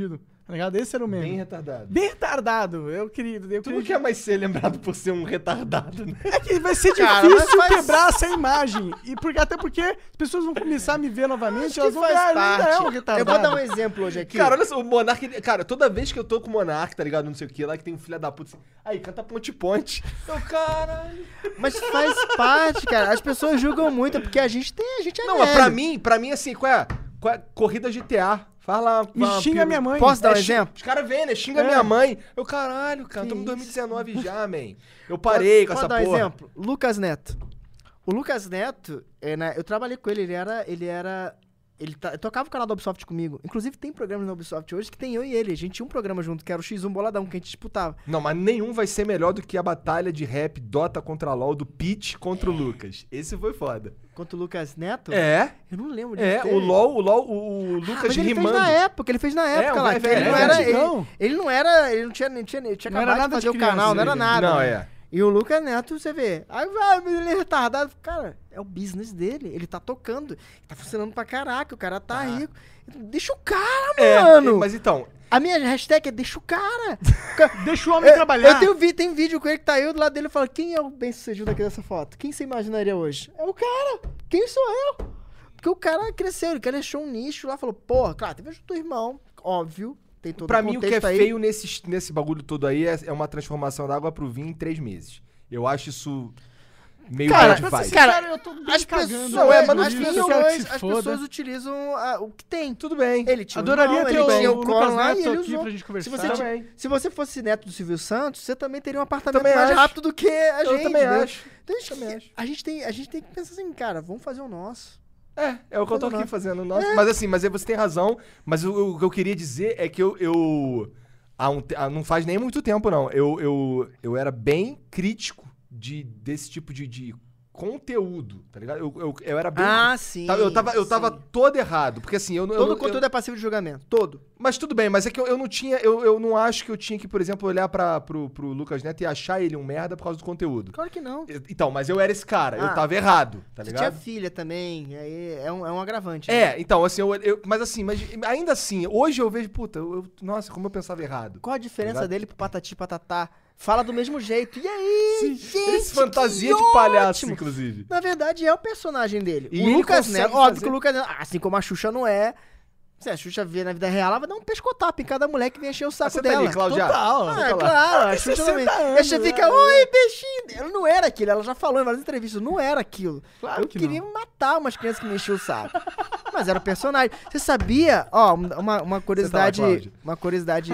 Tá ligado? Esse era o meme. Bem retardado. Bem retardado. Eu queria. Eu Tu não queria... quer mais ser lembrado por ser um retardado, né? É que vai ser Cara, difícil mas faz- quebrar essa imagem. E porque, até porque as pessoas vão começar a me ver novamente, elas Que vão ver, faz ah, ele ainda é um parte. retardado. Eu vou dar um exemplo hoje aqui. Cara, olha só, o Monark, ele- cara, toda vez que eu tô com o Monark, tá ligado? Não sei o que, lá que tem um filho da puta assim, aí canta Ponte Ponte. Eu, caralho. Mas faz parte, cara. As pessoas julgam muito, porque a gente tem, a gente é Não, mas velho. pra mim, pra mim, assim, qual é? Qual é? Corrida G T A. Faz lá. Me uma- xinga uma- minha mãe. Posso dar um É, xing- exemplo? Os caras vêm, né? Xinga É. minha mãe. Eu, caralho, cara, Que estamos em isso? dois mil e dezenove já, man. Eu parei com Posso essa dar um porra. exemplo? Lucas Neto. O Lucas Neto, é, né, eu trabalhei com ele, ele era. Ele era. Ele ta- tocava o canal da Ubisoft comigo. Inclusive, tem programas na Ubisoft hoje que tem eu e ele. A gente tinha um programa junto, que era o X um Boladão, que a gente disputava. Não, mas nenhum vai ser melhor do que a batalha de rap Dota contra LoL do Pete contra o Lucas. Esse foi foda. Quanto o Lucas Neto? É, Eu não lembro disso. é, o LoL, o LoL, o, o Lucas Mas ele rimando. fez na época, ele fez na época um lá. velho, que ele, é, não é, era, antigão. ele, ele não era. Ele não tinha, nem tinha, ele tinha Não era acabado de nada fazer de o canal, não era criança, nada. Não, né? é. E o Lucas Neto, você vê. Aí vai, mas ele é retardado. Cara, é o business dele. Ele tá tocando. Tá funcionando pra caraca. O cara tá rico. Deixa o cara, É, mano. mas então, A minha hashtag é deixa o cara. Deixa o homem eu, trabalhar. eu tenho vi, tem vídeo com ele que tá eu do lado dele e fala: quem é o bem sucedido aqui dessa foto? Quem você imaginaria hoje? É o cara. Quem sou eu? Porque o cara cresceu, ele achou um nicho lá, falou: porra, claro, teve o teu irmão, óbvio. Tem todo pra o mim o que é contexto aí. feio nesse, nesse bagulho todo aí é, é uma transformação da água pro vinho em três meses. Eu acho isso meio Cara, bad mas vibes. assim, cara, eu tô bem As cagando. pessoas, Não, é, mas não as diz, eu pessoas, quero que se as foda. pessoas utilizam ah, o que tem. Tudo bem. Ele tinha Adoraria o ter irmão, o, ele tinha o o Lucas Collor lá e Neto ele aqui usou. pra gente conversar. Se você, Também. ti- se você fosse neto do Silvio Santos, você também teria um apartamento Também mais acho. rápido do que a Eu gente. também né? acho. Então, a, gente, Também acho. a, gente tem, a gente tem que pensar assim, cara, vamos fazer o nosso. É, é o que eu tô Fazer aqui nada. fazendo. Nossa, Mas assim, mas aí você tem razão. Mas o, o que eu queria dizer é que eu. eu há um, te- há- não faz nem muito tempo, não. Eu, eu, eu era bem crítico de, desse tipo de, de conteúdo, tá ligado? Eu, eu, eu era bem. sim. Tava- eu tava, eu tava sim. todo errado. Porque assim, eu não. eu Todo não- conteúdo eu, é passivo de julgamento. Todo. Mas tudo bem, mas é que eu, eu não tinha. Eu, eu não acho que eu tinha que, por exemplo, olhar pra, pro, pro Lucas Neto e achar ele um merda por causa do conteúdo. Claro que não. Então, mas eu era esse cara, eu Ah. tava errado, tá Você ligado? tinha filha também, aí é um, é um agravante. né? É, então, assim, eu, eu- mas assim, mas ainda assim, hoje eu vejo, puta, eu, eu- nossa, como eu pensava errado. Qual a diferença Ligado? dele pro Patati e Patatá? Fala do mesmo jeito. E aí, gente, Esse fantasia que de palhaço, ótimo. inclusive. Na verdade, é o personagem dele. E o ele Lucas consegue Neto, óbvio fazer- que o Lucas Neto, assim como a Xuxa não é. Se a Xuxa vê na vida real, ela vai dar um pescotapo em cada mulher que vem encher o saco Você tá dela. ali, Claudia? Total. Ah, Você tá lá. claro, a Tem Xuxa sessenta também. anos, A Xuxa fica, né? oi, peixinho. Ela não era aquilo, ela já falou em várias entrevistas, não era aquilo. Claro Eu que queria não. matar umas crianças que me enchiam o saco. Mas era o personagem. Você sabia, ó, uma, uma curiosidade. Cláudia. Uma curiosidade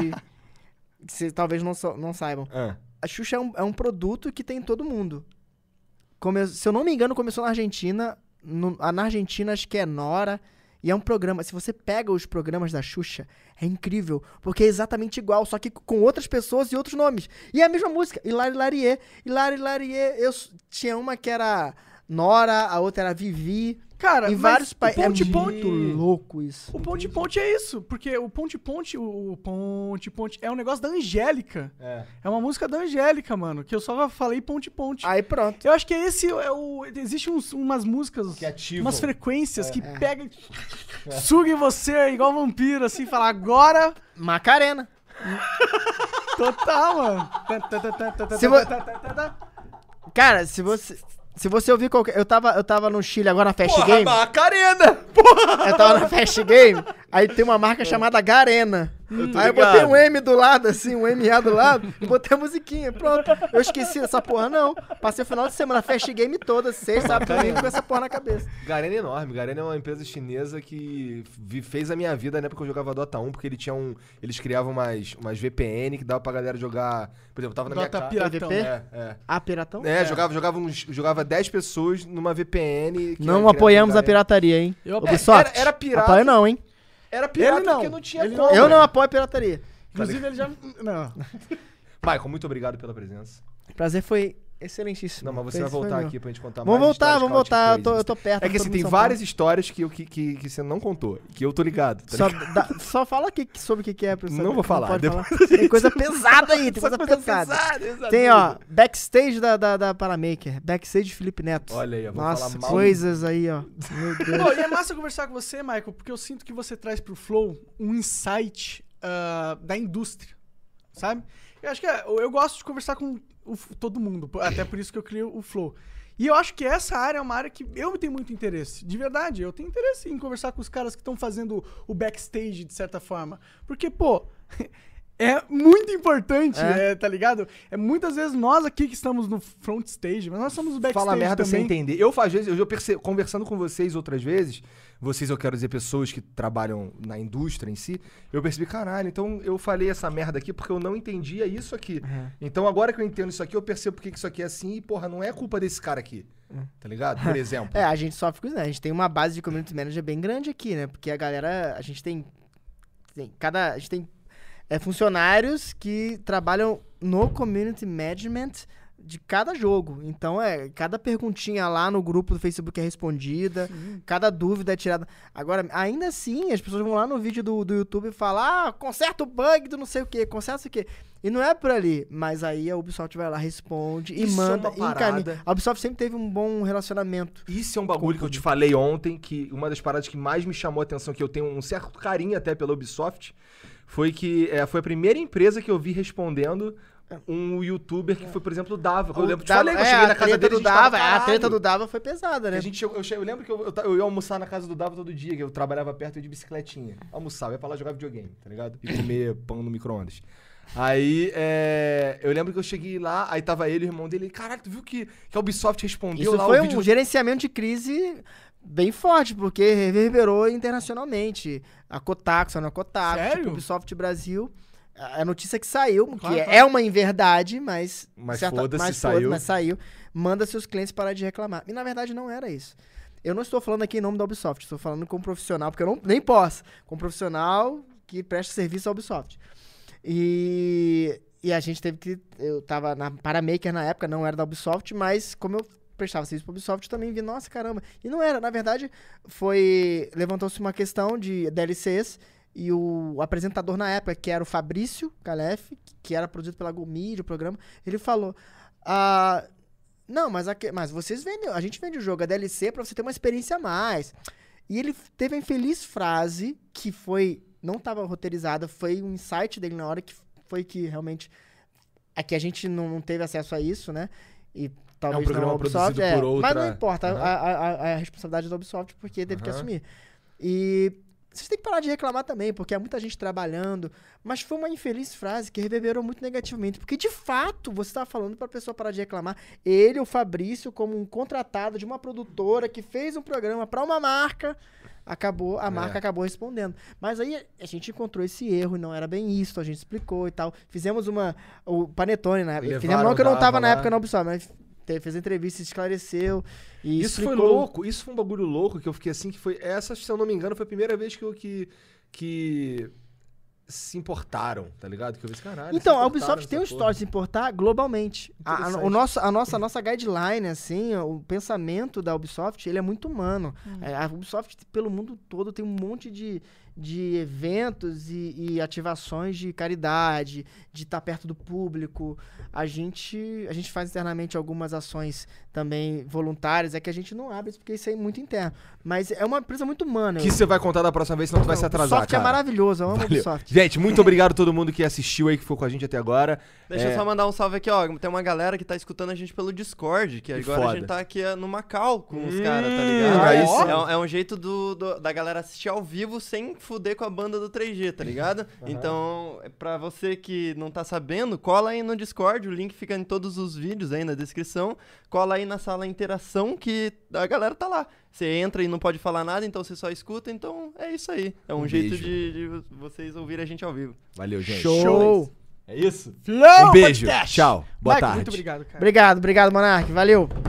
que vocês talvez não, so- não saibam. Ah. A Xuxa é um, é um produto que tem em todo mundo. Come- se eu não me engano, começou na Argentina. No- a- na Argentina, acho que é Nora. E é um programa. Se você pega os programas da Xuxa, é incrível. Porque é exatamente igual, só que com outras pessoas e outros nomes. E é a mesma música. Hilari Larie. Hilari Larie. Eu s- tinha uma que era Nora, a outra era Vivi. Cara, Em mas vários o países. É Ponte muito Ponte... louco isso. O Ponte Ponte é isso, porque o Ponte Ponte, o o Ponte Ponte é um negócio da Angélica. É. É uma música da Angélica, mano, que eu só falei Ponte Ponte. Aí pronto. Eu acho que esse é o. Existem uns- umas músicas, Que ativam. umas frequências que pegam e sugam em você, igual vampiro, assim, fala agora. Macarena. Total, mano. Se vo- Cara, se você. Se você ouvir qualquer. Eu tava, eu tava no Chile agora na Fast Porra, Game. Macarena! Eu tava na Fast Game, aí tem uma marca chamada Garena. tô Aí eu ligado. botei um M do lado, assim, um M A do lado, e botei a musiquinha. Pronto. Eu esqueci dessa porra, não. Passei o final de semana, Fast Game toda, seis, sábado, domingo, com essa porra na cabeça. Garena é enorme. Garena é uma empresa chinesa que vi- fez a minha vida na época que eu jogava Dota um, porque ele tinha um, eles criavam umas, umas V P N que dava pra galera jogar. Por exemplo, eu tava na minha Dota casa. Piratão. P V P? É, é. Ah, piratão? É, jogava, jogava, uns, jogava dez pessoas numa V P N. que Não era criada apoiamos por a Garena. pirataria, hein? Eu apo- Ubisoft. Era- era pirata. Apoio não, hein? Era pirata Ele não. porque não tinha Ele como. não. Eu não apoio a pirataria. Inclusive, ele já. Não. Michael, muito obrigado pela presença. Prazer foi excelentíssimo. Não, mas você Foi- vai foi voltar meu. aqui pra gente contar Vamos mais voltar, histórias vamos voltar. Eu Chaotic tô, eu Crazy. tô perto. É que todo assim, mundo tem em São Paulo. várias histórias que, eu, que, que, que você não contou, que eu tô ligado. Tá Só, ligado? dá- só fala aqui sobre o que, que é pra eu Não saber. vou falar, pode depois falar. Tem coisa pesada aí, tem Essa coisa, pesada. essa Tem, dúvida. ó, backstage da, da, da Paramaker. Backstage de Felipe Neto. Olha aí, eu vou Nossa, falar mal. coisas aí, ó. Meu Deus. Pô, e é massa conversar com você, Michael, porque eu sinto que você traz pro Flow um insight uh, da indústria, sabe? Eu acho que é, eu gosto de conversar com o, todo mundo, até por isso que eu criei o Flow. E eu acho que essa área é uma área que eu tenho muito interesse. De verdade, eu tenho interesse em conversar com os caras que estão fazendo o backstage, de certa forma. Porque, pô, é muito importante, É. é, tá ligado? É muitas vezes nós aqui que estamos no front stage, mas nós somos o backstage Fala merda também. sem entender. Eu, às vezes, eu já percebo, conversando com vocês outras vezes, vocês, eu quero dizer, pessoas que trabalham na indústria em si, eu percebi, caralho, então eu falei essa merda aqui porque eu não entendia isso aqui. Uhum. Então agora que eu entendo isso aqui, eu percebo porque que isso aqui é assim e, porra, não é culpa desse cara aqui. Tá ligado? Por exemplo. É, a gente sofre com isso, né? A gente tem uma base de community manager bem grande aqui, né? Porque a galera, a gente tem, tem cada, a gente tem é, funcionários que trabalham no community management de cada jogo. Então, é, cada perguntinha lá no grupo do Facebook é respondida, Sim. cada dúvida é tirada. Agora, ainda assim, as pessoas vão lá no vídeo do, do YouTube e falam, ah, conserta o bug do não sei o quê, conserta isso aqui. E não é por ali, mas aí a Ubisoft vai lá, responde e Isso manda, é uma e encaminha. parada. A Ubisoft sempre teve um bom relacionamento. Isso é um bagulho que eu te falei ontem, que uma das paradas que mais me chamou a atenção, que eu tenho um certo carinho até pela Ubisoft, foi que é, foi a primeira empresa que eu vi respondendo um youtuber que foi, por exemplo, o Dava. Eu lembro, te Dava, falei que eu é, cheguei na a casa treta dele, do a gente tava, Dava, a caralho. treta do Dava foi pesada, né? A gente chegou- eu, che- eu lembro que eu, eu, ta- eu ia almoçar na casa do Dava todo dia, que eu trabalhava perto de bicicletinha. Almoçava, ia pra lá jogar videogame, tá ligado? E comer pão no micro-ondas. Aí, é, eu lembro que eu cheguei lá, aí tava ele e o irmão dele, caralho, tu viu que, que a Ubisoft respondeu Isso lá foi o um vídeo... gerenciamento de crise bem forte, porque reverberou internacionalmente. A Kotaku, saiu na Kotaku, Sério? tipo, Ubisoft Brasil. A a notícia que saiu, Claro, que é- claro. é uma inverdade, mas... Mas certa- foda-se, mas saiu. Mas saiu. Manda seus clientes parar de reclamar. E na verdade não era isso. Eu não estou falando aqui em nome da Ubisoft, estou falando como profissional, porque eu não, nem posso. Como profissional que presta serviço à Ubisoft. E, e a gente teve que... Eu tava na Paramaker na época, não era da Ubisoft, mas como eu prestava serviço para a Ubisoft, também vi, nossa, caramba. E não era, na verdade, foi... Levantou-se uma questão de D L Cs e o apresentador na época, que era o Fabrício Calef, que era produzido pela Go Media, o programa, ele falou... Ah, não, mas, a, mas vocês vendem... A gente vende o jogo, a D L C, para você ter uma experiência a mais. E ele teve a infeliz frase, que foi... Não estava roteirizada, foi um insight dele na hora, que foi que realmente... Aqui a gente não, não teve acesso a isso, né? E talvez É um programa não a Ubisoft, produzido por outra- Mas não importa, Aham. a, a, a, a responsabilidade da Ubisoft, porque teve que Aham. assumir. E vocês têm que parar de reclamar também, porque há muita gente trabalhando. Mas foi uma infeliz frase que reverberou muito negativamente. Porque, de fato, você estava falando para a pessoa parar de reclamar. Ele, o Fabrício, como um contratado de uma produtora que fez um programa para uma marca, acabou, a É. marca acabou respondendo. Mas aí a gente encontrou esse erro, e não era bem isso, a gente explicou e tal. Fizemos uma... O Panetone, né? Levaram Fizemos não que eu não Dava estava na lá. época na Ubisoft, mas te- fez a entrevista, esclareceu. E Isso foi explicou. louco, isso foi um bagulho louco que eu fiquei assim, que foi... Essa, se eu não me engano, foi a primeira vez que eu... Que, que se importaram, tá ligado? Que eu vi, caralho. Então, se a importaram Ubisoft tem um nessa histórico de se importar globalmente. A, a, Interessante. o nosso, a, nossa, a nossa guideline, assim, o pensamento da Ubisoft, ele é muito humano. É, a Ubisoft, pelo mundo todo, tem um monte de, de eventos e, e ativações de caridade, de estar perto do público. A gente, a gente faz internamente algumas ações também voluntárias, é que a gente não abre, porque isso é muito interno. Mas é uma empresa muito humana. Que você vai contar da próxima vez, senão tu vai se O atrasar, Ubisoft é cara. maravilhoso, eu amo a Valeu. Ubisoft. Gente, muito obrigado a todo mundo que assistiu aí, que ficou com a gente até agora. Deixa É, eu só mandar um salve aqui, ó. Tem uma galera que tá escutando a gente pelo Discord, que agora foda. a gente tá aqui é, no Macau com os Hum, caras, tá ligado? aí sim. É, um- é um jeito do, do- da galera assistir ao vivo sem fuder com a banda do três G, tá ligado? Então, é pra você que não tá sabendo, cola aí no Discord, o link fica em todos os vídeos aí na descrição. Cola aí na sala interação que a galera tá lá. Você entra e não pode falar nada, então você só escuta, então é isso aí. É um, Um jeito beijo. de, de vocês ouvirem a gente ao vivo. Valeu, gente. Show! É isso? Flow Um beijo. Podcast. Tchau. Boa Michael, tarde. muito obrigado, cara. Obrigado, obrigado, Monark. Valeu.